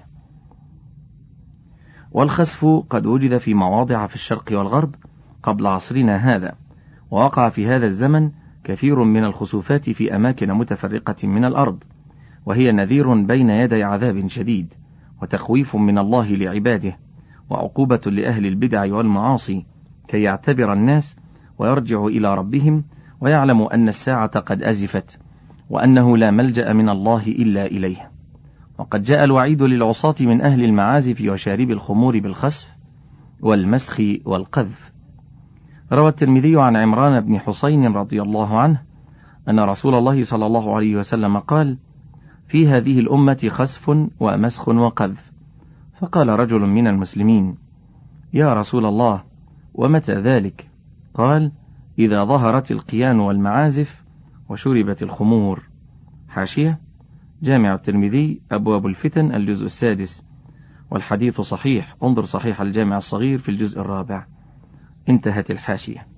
والخسف قد وجد في مواضع في الشرق والغرب قبل عصرنا هذا، ووقع في هذا الزمن كثير من الخسوفات في أماكن متفرقة من الأرض، وهي نذير بين يدي عذاب شديد، وتخويف من الله لعباده، وعقوبة لأهل البدع والمعاصي، كي يعتبر الناس ويرجعوا إلى ربهم ويعلموا أن الساعة قد أزفت، وأنه لا ملجأ من الله إلا إليه. وقد جاء الوعيد للعصاة من أهل المعازف وشارب الخمور بالخسف والمسخ والقذف. روى الترمذي عن عمران بن حسين رضي الله عنه أن رسول الله صلى الله عليه وسلم قال: في هذه الأمة خسف ومسخ وقذف. فقال رجل من المسلمين: يا رسول الله، ومتى ذلك؟ قال: إذا ظهرت القيان والمعازف وشربت الخمور. حاشية: جامع الترمذي أبواب الفتن الجزء السادس، والحديث صحيح، انظر صحيح الجامع الصغير في الجزء الرابع. انتهت الحاشية.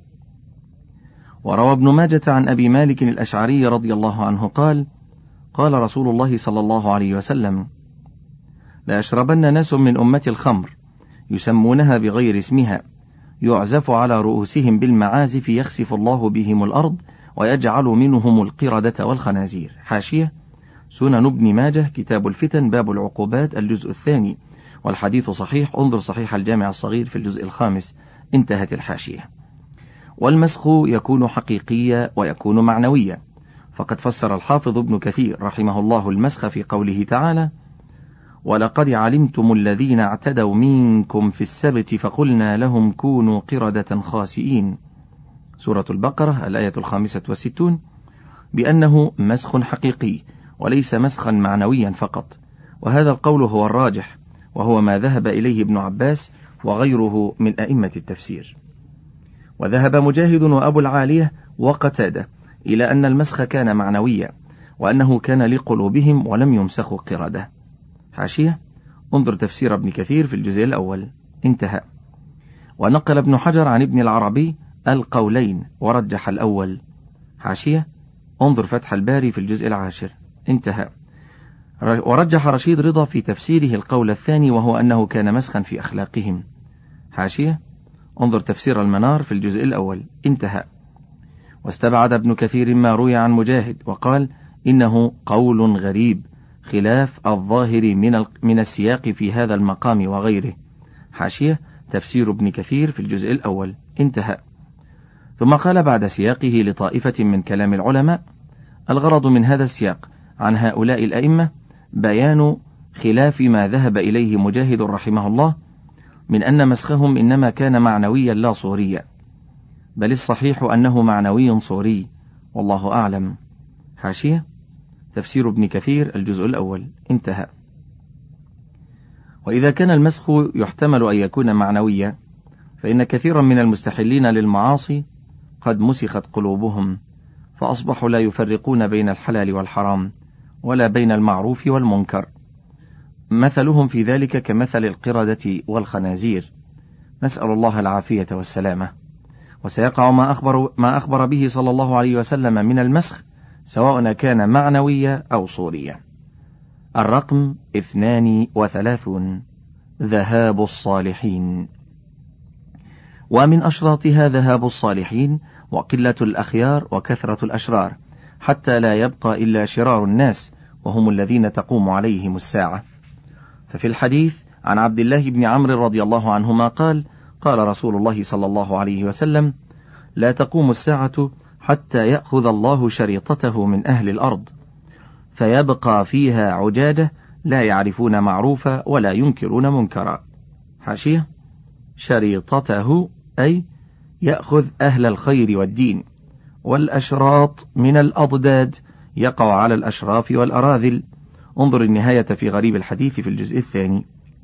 وروى ابن ماجة عن أبي مالك الأشعري رضي الله عنه قال: قال رسول الله صلى الله عليه وسلم: لا يشربن ناس من أمة الخمر يسمونها بغير اسمها، يعزف على رؤوسهم بالمعازف، يخسف الله بهم الأرض ويجعل منهم القردة والخنازير. حاشية: سنن ابن ماجه كتاب الفتن باب العقوبات الجزء الثاني، والحديث صحيح، انظر صحيح الجامع الصغير في الجزء الخامس. انتهت الحاشية. والمسخ يكون حقيقيا ويكون معنويا، فقد فسر الحافظ ابن كثير رحمه الله المسخ في قوله تعالى: ولقد علمتم الذين اعتدوا منكم في السبت فقلنا لهم كونوا قردة خاسئين، سورة البقرة الآية الخامسة والستون، بأنه مسخ حقيقي وليس مسخا معنويا فقط. وهذا القول هو الراجح، وهو ما ذهب إليه ابن عباس وغيره من أئمة التفسير. وذهب مجاهد وأبو العالية وقتادة إلى أن المسخ كان معنويا، وأنه كان لقلوبهم ولم يمسخوا قردة. حاشية: انظر تفسير ابن كثير في الجزء الأول. انتهى. ونقل ابن حجر عن ابن العربي القولين ورجح الأول. حاشية: انظر فتح الباري في الجزء العاشر. انتهى. ورجح رشيد رضا في تفسيره القول الثاني، وهو أنه كان مسخا في أخلاقهم. حاشية: انظر تفسير المنار في الجزء الأول. انتهى. واستبعد ابن كثير ما روي عن مجاهد وقال إنه قول غريب خلاف الظاهر من من السياق في هذا المقام وغيره. حاشية: تفسير ابن كثير في الجزء الأول. انتهى. ثم قال بعد سياقه لطائفة من كلام العلماء: الغرض من هذا السياق عن هؤلاء الأئمة بيان خلاف ما ذهب إليه مجاهد رحمه الله من أن مسخهم إنما كان معنويا لا صوريا، بل الصحيح أنه معنوي صوري، والله أعلم. حاشية: تفسير ابن كثير الجزء الأول. انتهى. وإذا كان المسخ يحتمل أن يكون معنويا، فإن كثيرا من المستحلين للمعاصي قد مسخت قلوبهم، فأصبحوا لا يفرقون بين الحلال والحرام ولا بين المعروف والمنكر. مثلهم في ذلك كمثل القردة والخنازير، نسأل الله العافية والسلامة. وسيقع ما أخبر, ما أخبر به صلى الله عليه وسلم من المسخ، سواء كان معنويا أو صوريا. الرقم اثنان وثلاثون: ذهاب الصالحين. ومن أشراطها ذهاب الصالحين وقلة الأخيار وكثرة الأشرار، حتى لا يبقى إلا شرار الناس، وهم الذين تقوم عليهم الساعة. ففي الحديث عن عبد الله بن عمرو رضي الله عنهما قال: قال رسول الله صلى الله عليه وسلم: لا تقوم الساعة حتى يأخذ الله شريطته من أهل الأرض، فيبقى فيها عجاجة لا يعرفون معروفا ولا ينكرون منكرا. حاشية: شريطته أي يأخذ أهل الخير والدين، والأشراط من الأضداد يقع على الأشراف والأراذل. انظر النهاية في غريب الحديث في الجزء الثاني.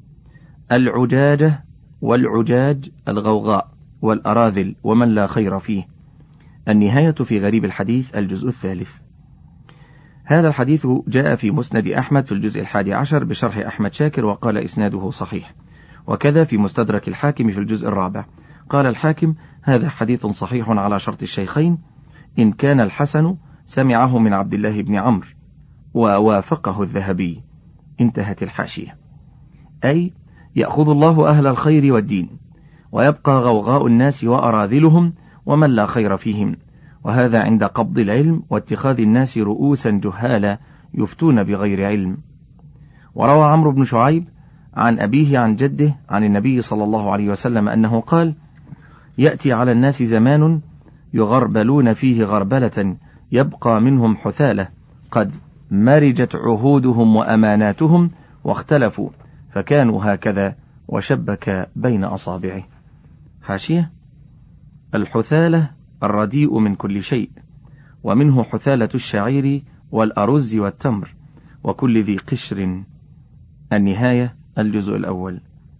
العجاجة والعجاج الغوغاء، والأراذل ومن لا خير فيه. النهاية في غريب الحديث الجزء الثالث. هذا الحديث جاء في مسند أحمد في الجزء الحادي عشر بشرح أحمد شاكر، وقال إسناده صحيح، وكذا في مستدرك الحاكم في الجزء الرابع. قال الحاكم: هذا حديث صحيح على شرط الشيخين، إن كان الحسن سمعه من عبد الله بن عمرو، ووافقه الذهبي. انتهت الحاشية. أي يأخذ الله أهل الخير والدين، ويبقى غوغاء الناس وأراذلهم ومن لا خير فيهم، وهذا عند قبض العلم واتخاذ الناس رؤوسا جهالا يفتون بغير علم. وروى عمرو بن شعيب عن أبيه عن جده عن النبي صلى الله عليه وسلم أنه قال: يأتي على الناس زمان يغربلون فيه غربلة يبقى منهم حثالة، قد مرجت عهودهم وأماناتهم واختلفوا، فكانوا هكذا وشبك بين أصابعه. حاشية: الحثالة الرديء من كل شيء، ومنه حثالة الشعير والأرز والتمر وكل ذي قشر. النهاية الجزء الأول.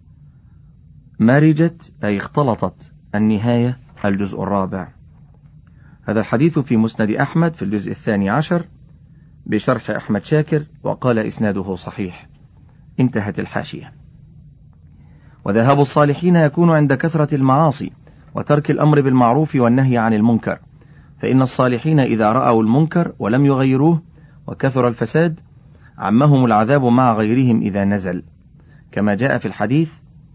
مارجت أي اختلطت. النهاية الجزء الرابع. هذا الحديث في مسند أحمد في الجزء الثاني عشر بشرح أحمد شاكر، وقال إسناده صحيح. انتهت الحاشية. وذهاب الصالحين يكون عند كثرة المعاصي وترك الأمر بالمعروف والنهي عن المنكر، فإن الصالحين إذا رأوا المنكر ولم يغيروه وكثر الفساد عمهم العذاب مع غيرهم إذا نزل، كما جاء في الحديث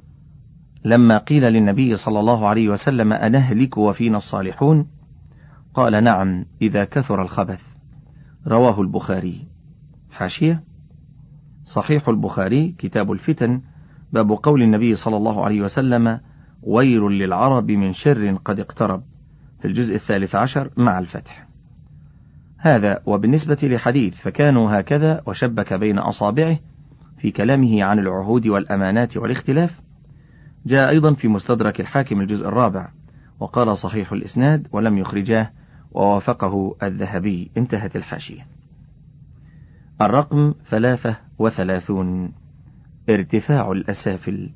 لما قيل للنبي صلى الله عليه وسلم أنهلك وفينا الصالحون؟ قال نعم إذا كثر الخبث. رواه البخاري. حاشية. صحيح البخاري كتاب الفتن، باب قول النبي صلى الله عليه وسلم ويل للعرب من شر قد اقترب، في الجزء الثالث عشر مع الفتح. هذا وبالنسبة لحديث فكانوا هكذا وشبك بين أصابعه في كلامه عن العهود والأمانات والاختلاف، جاء أيضا في مستدرك الحاكم الجزء الرابع، وقال صحيح الإسناد ولم يخرجاه ووافقه الذهبي. انتهت الحاشية. الرقم ثلاثة وثلاثون. ارتفاع الأسافل.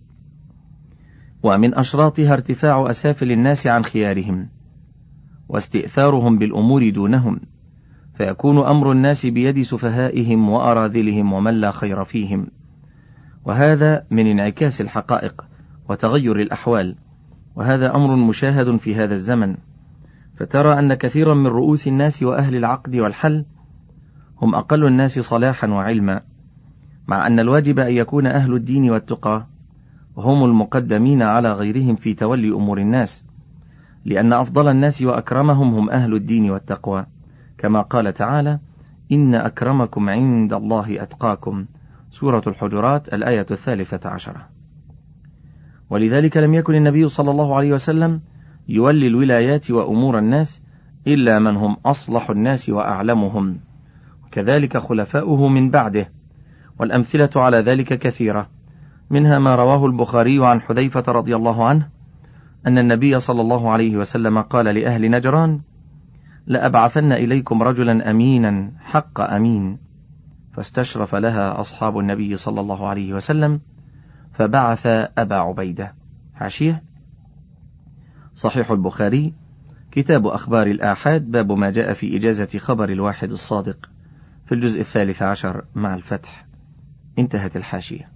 ومن أشراطها ارتفاع أسافل الناس عن خيارهم واستئثارهم بالأمور دونهم، فيكون أمر الناس بيد سفهائهم وأراذلهم ومن لا خير فيهم، وهذا من انعكاس الحقائق وتغير الأحوال، وهذا أمر مشاهد في هذا الزمن. فترى أن كثيرا من رؤوس الناس وأهل العقد والحل هم أقل الناس صلاحا وعلما، مع أن الواجب أن يكون أهل الدين والتقى وهم المقدمين على غيرهم في تولي أمور الناس، لأن أفضل الناس وأكرمهم هم أهل الدين والتقوى، كما قال تعالى إن أكرمكم عند الله أتقاكم، سورة الحجرات الآية الثالثة عشرة. ولذلك لم يكن النبي صلى الله عليه وسلم يولي الولايات وأمور الناس إلا من هم أصلح الناس وأعلمهم، وكذلك خلفاؤه من بعده، والأمثلة على ذلك كثيرة، منها ما رواه البخاري عن حذيفة رضي الله عنه أن النبي صلى الله عليه وسلم قال لأهل نجران لأبعثن إليكم رجلا أمينا حق أمين، فاستشرف لها أصحاب النبي صلى الله عليه وسلم فبعث أبا عبيدة. حاشية. صحيح البخاري كتاب أخبار الآحاد، باب ما جاء في إجازة خبر الواحد الصادق، في الجزء الثالث عشر مع الفتح. انتهت الحاشية.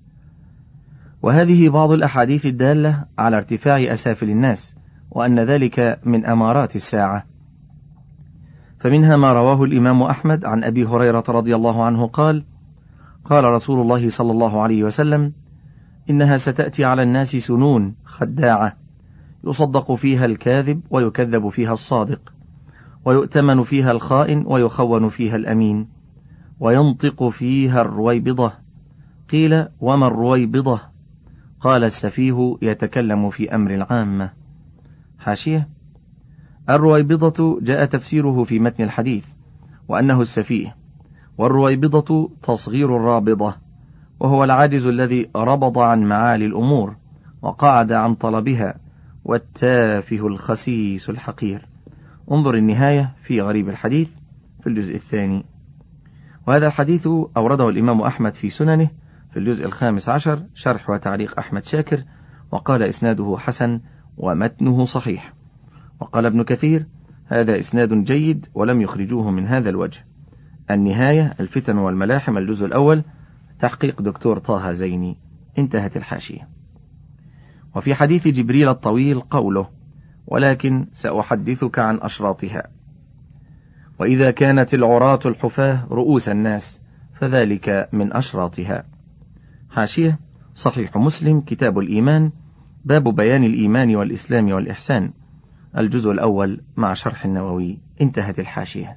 وهذه بعض الأحاديث الدالة على ارتفاع أسافل الناس، وأن ذلك من أمارات الساعة. فمنها ما رواه الإمام أحمد عن أبي هريرة رضي الله عنه قال قال رسول الله صلى الله عليه وسلم إنها ستأتي على الناس سنون خداعة، يصدق فيها الكاذب ويكذب فيها الصادق، ويؤتمن فيها الخائن ويخون فيها الأمين، وينطق فيها الرويبضة. قيل وما الرويبضة؟ قال السفيه يتكلم في أمر العامة. حاشية. الرويبضة جاء تفسيره في متن الحديث وأنه السفيه، والرويبضة تصغير الرابضة، وهو العاجز الذي ربض عن معالي الأمور وقعد عن طلبها، والتافه الخسيس الحقير. انظر النهاية في غريب الحديث في الجزء الثاني. وهذا الحديث أورده الإمام أحمد في سننه في الجزء الخامس عشر شرح وتعليق أحمد شاكر، وقال إسناده حسن ومتنه صحيح. وقال ابن كثير هذا إسناد جيد ولم يخرجوه من هذا الوجه. النهاية الفتن والملاحم الجزء الأول، تحقيق دكتور طه زيني. انتهت الحاشية. وفي حديث جبريل الطويل قوله ولكن سأحدثك عن أشراطها. وإذا كانت العراة الحفاة رؤوس الناس فذلك من أشراطها. حاشية. صحيح مسلم كتاب الإيمان، باب بيان الإيمان والإسلام والإحسان، الجزء الأول مع شرح النووي. انتهت الحاشية.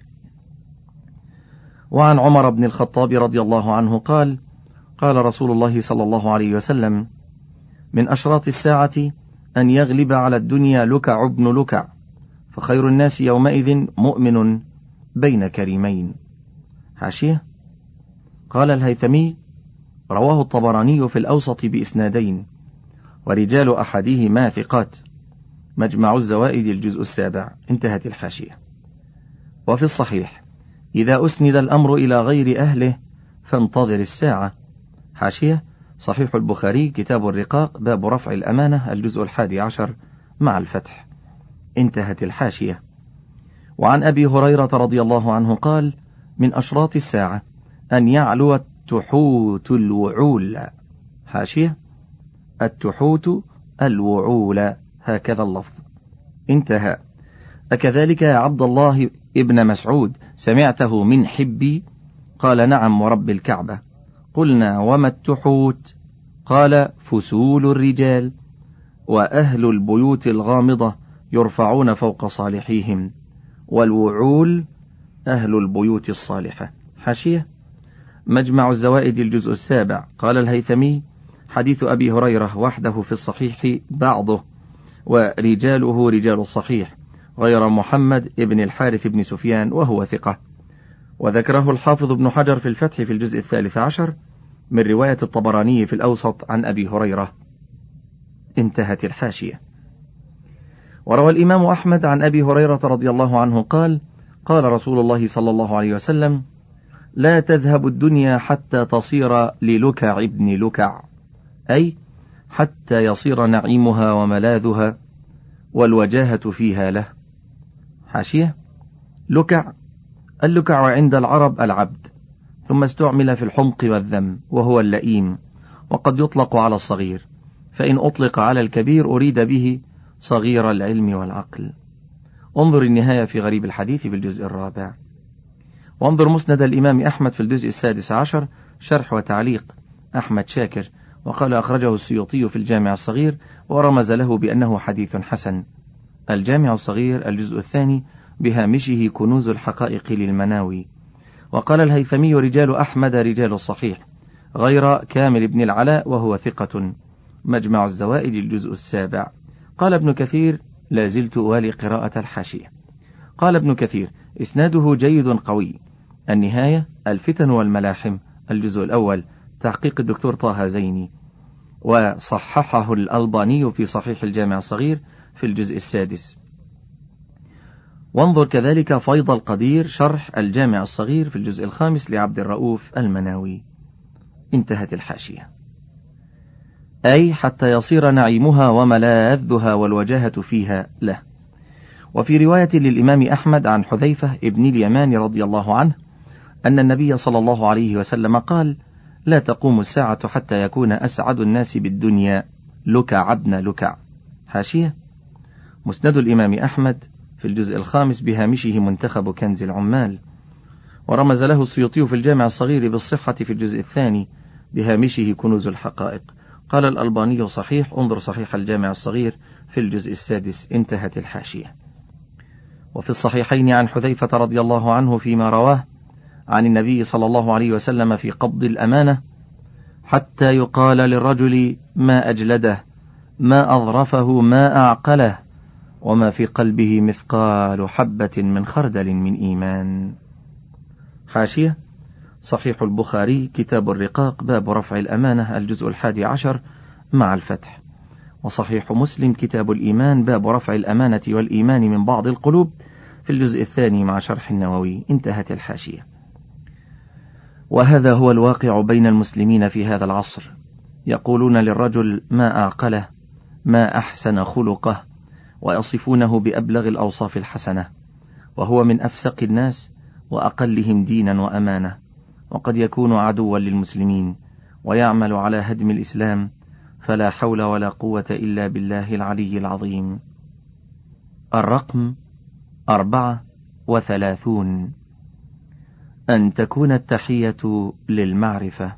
وعن عمر بن الخطاب رضي الله عنه قال قال رسول الله صلى الله عليه وسلم من أشراط الساعة أن يغلب على الدنيا لكع ابن لكع، فخير الناس يومئذ مؤمن بين كريمين. حاشية. قال الهيثمي رواه الطبراني في الأوسط بإسنادين، ورجال أحدهما ثقات، مجمع الزوائد الجزء السابع. انتهت الحاشية. وفي الصحيح: إذا أسند الأمر إلى غير أهله فانتظر الساعة. حاشية: صحيح البخاري كتاب الرقاق باب رفع الأمانة الجزء الحادي عشر مع الفتح. انتهت الحاشية. وعن أبي هريرة رضي الله عنه قال: من أشراط الساعة أن يعلو التحوت الوعول. حاشية: التحوت الوعول، هكذا اللفظ. انتهى. أكذلك يا عبد الله ابن مسعود سمعته من حبي؟ قال: نعم ورب الكعبة. قلنا: وما التحوت؟ قال: فسول الرجال وأهل البيوت الغامضة يرفعون فوق صالحيهم، والوعول أهل البيوت الصالحة. حاشية: مجمع الزوائد الجزء السابع. قال الهيثمي: حديث أبي هريرة وحده في الصحيح بعضه، ورجاله رجال الصحيح غير محمد ابن الحارث بن سفيان وهو ثقة. وذكره الحافظ ابن حجر في الفتح في الجزء الثالث عشر من رواية الطبراني في الأوسط عن أبي هريرة. انتهت الحاشية. وروى الإمام أحمد عن أبي هريرة رضي الله عنه قال: قال رسول الله صلى الله عليه وسلم: لا تذهب الدنيا حتى تصير للكع ابن لكع، أي حتى يصير نعيمها وملاذها والوجاهة فيها له. حاشية: لكع: اللكع عند العرب العبد، ثم استعمل في الحمق والذم وهو اللئيم، وقد يطلق على الصغير، فإن أطلق على الكبير أريد به صغير العلم والعقل. انظر النهاية في غريب الحديث في الجزء الرابع. وانظر مسند الإمام أحمد في الجزء السادس عشر شرح وتعليق أحمد شاكر، وقال: أخرجه السيوطي في الجامع الصغير، ورمز له بأنه حديث حسن. الجامع الصغير الجزء الثاني بهامشه كنوز الحقائق للمناوي. وقال الهيثمي: رجال أحمد رجال الصحيح غير كامل بن العلاء وهو ثقة. مجمع الزوائد الجزء السابع. قال ابن كثير: لا زلت أوالي قراءة الحاشية. قال ابن كثير: إسناده جيد قوي. النهاية الفتن والملاحم الجزء الأول تحقيق الدكتور طه زيني، وصححه الألباني في صحيح الجامع الصغير في الجزء السادس. وانظر كذلك فيض القدير شرح الجامع الصغير في الجزء الخامس لعبد الرؤوف المناوي. انتهت الحاشية. أي حتى يصير نعيمها وملاذها والوجاهة فيها له. وفي رواية للإمام أحمد عن حذيفة ابن اليمان رضي الله عنه أن النبي صلى الله عليه وسلم قال: لا تقوم الساعة حتى يكون أسعد الناس بالدنيا لكع ابن لكع. حاشية: مسند الإمام أحمد في الجزء الخامس بهامشه منتخب كنز العمال، ورمز له السيوطي في الجامع الصغير بالصحة في الجزء الثاني بهامشه كنوز الحقائق. قال الألباني: صحيح، انظر صحيح الجامع الصغير في الجزء السادس. انتهت الحاشية. وفي الصحيحين عن حذيفة رضي الله عنه فيما رواه عن النبي صلى الله عليه وسلم في قبض الأمانة: حتى يقال للرجل ما أجلده، ما أظرفه، ما أعقله، وما في قلبه مثقال حبة من خردل من إيمان. حاشية: صحيح البخاري كتاب الرقاق باب رفع الأمانة الجزء الحادي عشر مع الفتح. وصحيح مسلم كتاب الإيمان باب رفع الأمانة والإيمان من بعض القلوب في الجزء الثاني مع شرح النووي. انتهت الحاشية. وهذا هو الواقع بين المسلمين في هذا العصر. يقولون للرجل ما أعقله، ما أحسن خلقه، ويصفونه بأبلغ الأوصاف الحسنة، وهو من أفسق الناس وأقلهم دينا وأمانة، وقد يكون عدوا للمسلمين ويعمل على هدم الإسلام، فلا حول ولا قوة إلا بالله العلي العظيم. الرقم أربعة وثلاثون. أن تكون التحية للمعرفة.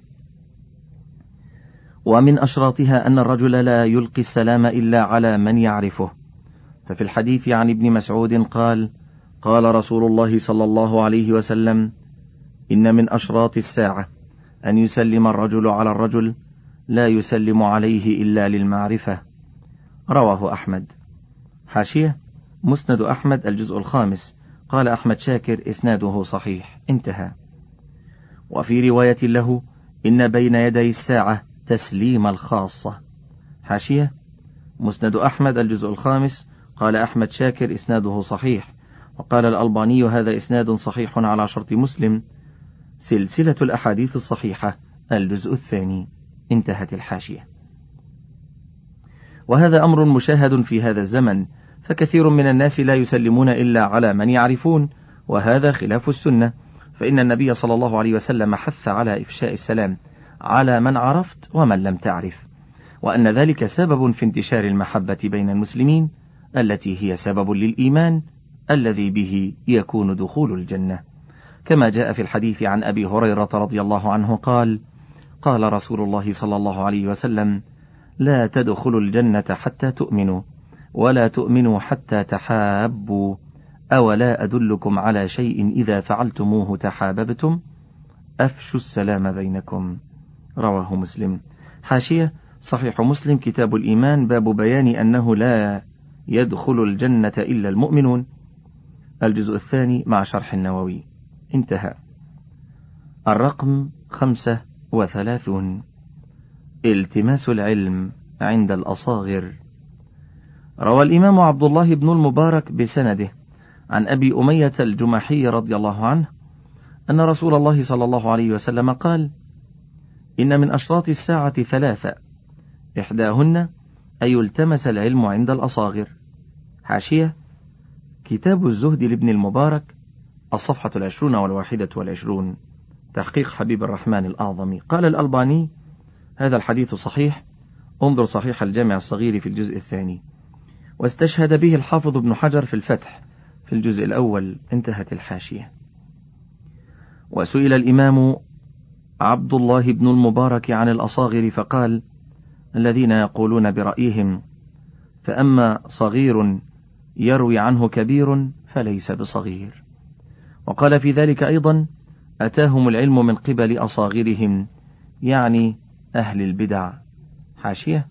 ومن أشراطها أن الرجل لا يلقي السلام إلا على من يعرفه. ففي الحديث عن ابن مسعود قال: قال رسول الله صلى الله عليه وسلم: إن من أشراط الساعة أن يسلم الرجل على الرجل لا يسلم عليه إلا للمعرفة. رواه أحمد. حاشية: مسند أحمد الجزء الخامس. قال أحمد شاكر: إسناده صحيح. انتهى. وفي رواية له: إن بين يدي الساعة تسليم الخاصة. حاشية: مسند أحمد الجزء الخامس. قال أحمد شاكر إسناده صحيح، وقال الألباني هذا إسناد صحيح على شرط مسلم، سلسلة الأحاديث الصحيحة الجزء الثاني. انتهت الحاشية. وهذا أمر مشاهد في هذا الزمن، فكثير من الناس لا يسلمون إلا على من يعرفون، وهذا خلاف السنة، فإن النبي صلى الله عليه وسلم حث على إفشاء السلام على من عرفت ومن لم تعرف، وأن ذلك سبب في انتشار المحبة بين المسلمين التي هي سبب للإيمان الذي به يكون دخول الجنة، كما جاء في الحديث عن أبي هريرة رضي الله عنه قال: قال رسول الله صلى الله عليه وسلم: لا تدخلوا الجنة حتى تؤمنوا، ولا تؤمنوا حتى تحابوا، أولا أدلكم على شيء إذا فعلتموه تحاببتم، أفشوا السلام بينكم. رواه مسلم. حاشية: صحيح مسلم كتاب الإيمان، باب بيان أنه لا يدخل الجنة إلا المؤمنون، الجزء الثاني مع شرح النووي. انتهى. الرقم خمسة وثلاثون: التماس العلم عند الأصاغر. روى الإمام عبد الله بن المبارك بسنده عن أبي أمية الجمحي رضي الله عنه أن رسول الله صلى الله عليه وسلم قال: إن من أشراط الساعة ثلاثة، إحداهن أن يلتمس العلم عند الأصاغر. حاشية: كتاب الزهد لابن المبارك، الصفحة العشرون والواحدة والعشرون، تحقيق حبيب الرحمن الأعظمي. قال الألباني: هذا الحديث صحيح، انظر صحيح الجامع الصغير في الجزء الثاني، واستشهد به الحافظ ابن حجر في الفتح في الجزء الأول. انتهت الحاشية. وسئل الإمام عبد الله بن المبارك عن الأصاغر فقال: الذين يقولون برأيهم، فأما صغير يروي عنه كبير فليس بصغير. وقال في ذلك أيضا: أتاهم العلم من قبل أصاغرهم، يعني أهل البدع. حاشية: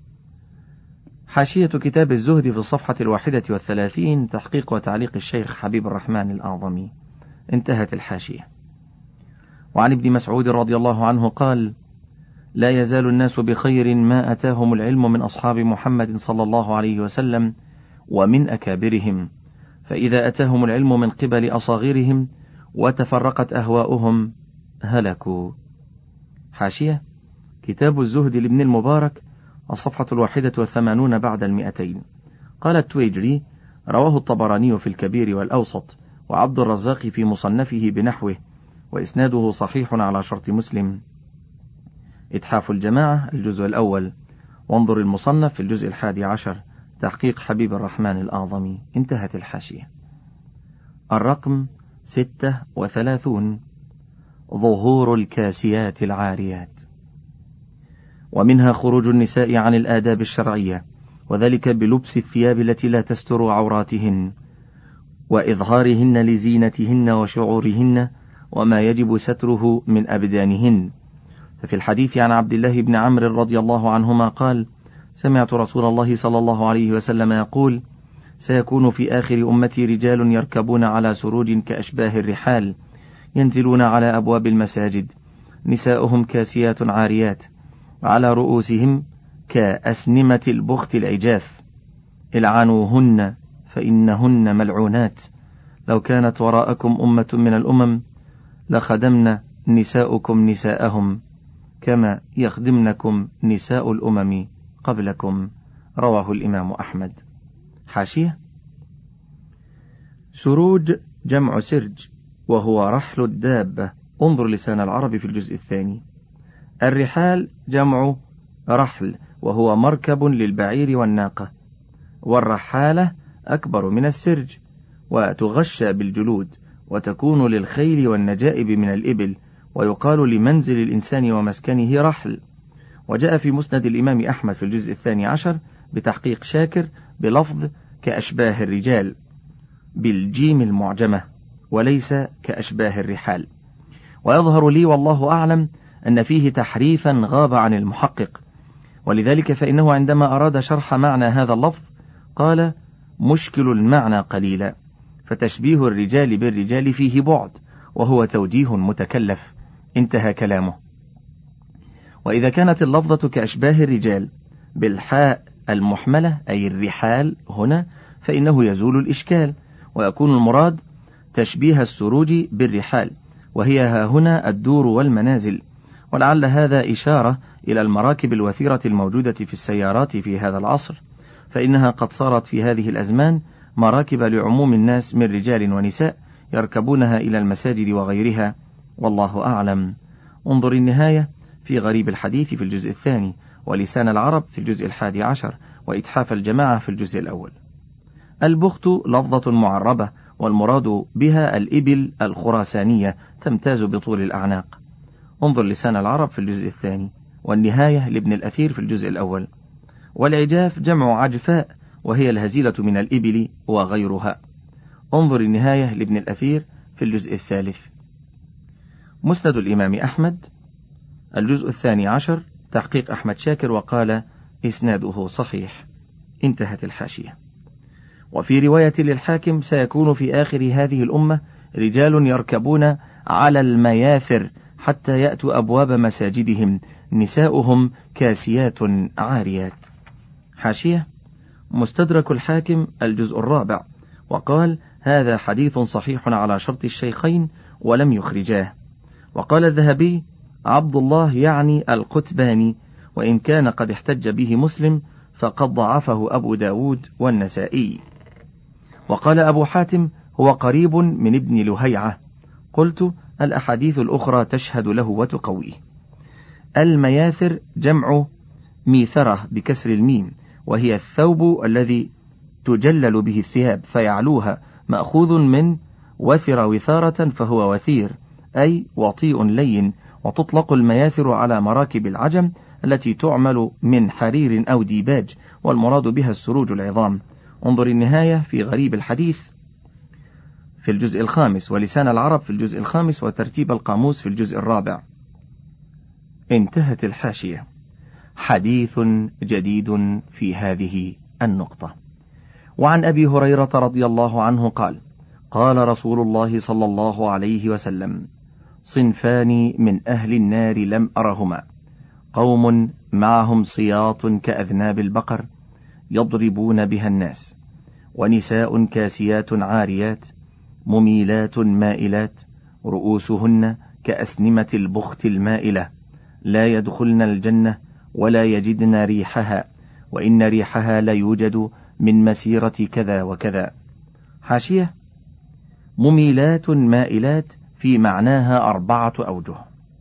حاشية كتاب الزهد في الصفحة الواحدة والثلاثين، تحقيق وتعليق الشيخ حبيب الرحمن الأعظمي. انتهت الحاشية. وعن ابن مسعود رضي الله عنه قال: لا يزال الناس بخير ما أتاهم العلم من أصحاب محمد صلى الله عليه وسلم ومن أكابرهم، فإذا أتاهم العلم من قبل أصاغرهم وتفرقت أهواؤهم هلكوا. حاشية: كتاب الزهد لابن المبارك، الصفحة الواحدة والثمانون بعد المئتين. قال التويجري: رواه الطبراني في الكبير والأوسط، وعبد الرزاق في مصنفه بنحوه، وإسناده صحيح على شرط مسلم. إتحاف الجماعة الجزء الأول، وانظر المصنف في الجزء الحادي عشر، تحقيق حبيب الرحمن الأعظمي. انتهت الحاشية. الرقم ستة وثلاثون: ظهور الكاسيات العاريات. ومنها خروج النساء عن الآداب الشرعية، وذلك بلبس الثياب التي لا تستر عوراتهن، وإظهارهن لزينتهن وشعورهن وما يجب ستره من أبدانهن. ففي الحديث عن عبد الله بن عمرو رضي الله عنهما قال: سمعت رسول الله صلى الله عليه وسلم يقول: سيكون في آخر أمتي رجال يركبون على سروج كأشباه الرحال، ينزلون على أبواب المساجد، نساؤهم كاسيات عاريات، على رؤوسهم كأسنمة البخت العجاف، العنوهن فإنهن ملعونات، لو كانت وراءكم أمة من الأمم لخدمن نساؤكم نساءهم كما يخدمنكم نساء الأمم قبلكم. رواه الإمام أحمد. حاشية: سروج جمع سرج، وهو رحل الدابة، انظر لسان العرب في الجزء الثاني. الرحال جمع رحل، وهو مركب للبعير والناقة، والرحالة أكبر من السرج، وتغشى بالجلود، وتكون للخيل والنجائب من الإبل، ويقال لمنزل الإنسان ومسكنه رحل. وجاء في مسند الإمام أحمد في الجزء الثاني عشر بتحقيق شاكر بلفظ كأشباه الرجال بالجيم المعجمة، وليس كأشباه الرحال. ويظهر لي والله أعلم أن فيه تحريفا غاب عن المحقق، ولذلك فإنه عندما أراد شرح معنى هذا اللفظ قال: مشكل المعنى قليلا، فتشبيه الرجال بالرجال فيه بعد، وهو توجيه متكلف. انتهى كلامه. وإذا كانت اللفظة كأشباه الرجال بالحاء المحملة أي الرحال هنا، فإنه يزول الإشكال، ويكون المراد تشبيه السروج بالرحال، وهي ها هنا الدور والمنازل. ولعل هذا إشارة إلى المراكب الوثيرة الموجودة في السيارات في هذا العصر، فإنها قد صارت في هذه الأزمان مراكب لعموم الناس من رجال ونساء يركبونها إلى المساجد وغيرها، والله أعلم. انظر النهاية في غريب الحديث في الجزء الثاني، ولسان العرب في الجزء الحادي عشر، وإتحاف الجماعة في الجزء الأول. البخت لفظة معربة، والمراد بها الإبل الخراسانية تمتاز بطول الأعناق. انظر لسان العرب في الجزء الثاني، والنهاية لابن الأثير في الجزء الأول. والعجاف جمع عجفاء، وهي الهزيلة من الإبل وغيرها. انظر النهاية لابن الأثير في الجزء الثالث. مسند الإمام أحمد الجزء الثاني عشر، تحقيق أحمد شاكر، وقال إسناده صحيح. انتهت الحاشية. وفي رواية للحاكم: سيكون في آخر هذه الأمة رجال يركبون على المياثر حتى يأتوا أبواب مساجدهم، نساؤهم كاسيات عاريات. حاشية: مستدرك الحاكم الجزء الرابع، وقال: هذا حديث صحيح على شرط الشيخين ولم يخرجاه. وقال الذهبي: عبد الله يعني القتباني، وإن كان قد احتج به مسلم فقد ضعفه أبو داود والنسائي. وقال أبو حاتم: هو قريب من ابن لهيعة. قلت: الأحاديث الأخرى تشهد له وتقويه. المياثر جمع ميثرة بكسر الميم، وهي الثوب الذي تجلل به الثياب فيعلوها، مأخوذ من وثر وثارة فهو وثير، أي وطيء لين. وتطلق المياثر على مراكب العجم التي تعمل من حرير أو ديباج، والمراد بها السروج العظام. انظر النهاية في غريب الحديث في الجزء الخامس، ولسان العرب في الجزء الخامس، وترتيب القاموس في الجزء الرابع. انتهت الحاشية. حديث جديد في هذه النقطة. وعن أبي هريرة رضي الله عنه قال: قال رسول الله صلى الله عليه وسلم: صنفان من أهل النار لم أرهما، قوم معهم صياط كأذناب البقر يضربون بها الناس، ونساء كاسيات عاريات مميلات مائلات رؤوسهن كأسنمة البخت المائلة، لا يدخلن الجنة ولا يجدن ريحها، وإن ريحها لا يوجد من مسيرة كذا وكذا. حاشية: مميلات مائلات في معناها أربعة أوجه.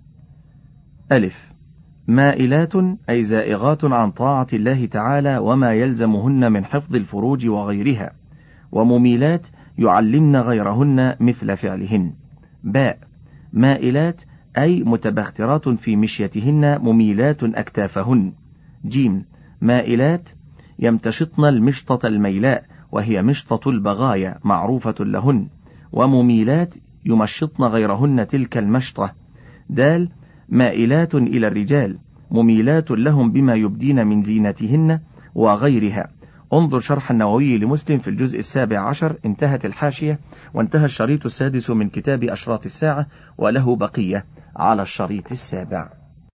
ألف: مائلات أي زائغات عن طاعة الله تعالى وما يلزمهن من حفظ الفروج وغيرها، ومميلات يعلمن غيرهن مثل فعلهن. باء: مائلات أي متبخترات في مشيتهن مميلات أكتافهن. جيم: مائلات يمتشطن المشطة الميلاء، وهي مشطة البغايا معروفة لهن، ومميلات يمشطن غيرهن تلك المشطة. دال: مائلات إلى الرجال مميلات لهم بما يبدين من زينتهن وغيرها. انظر شرح النووي لمسلم في الجزء السابع عشر. انتهت الحاشية، وانتهى الشريط السادس من كتاب أشراط الساعة، وله بقية على الشريط السابع.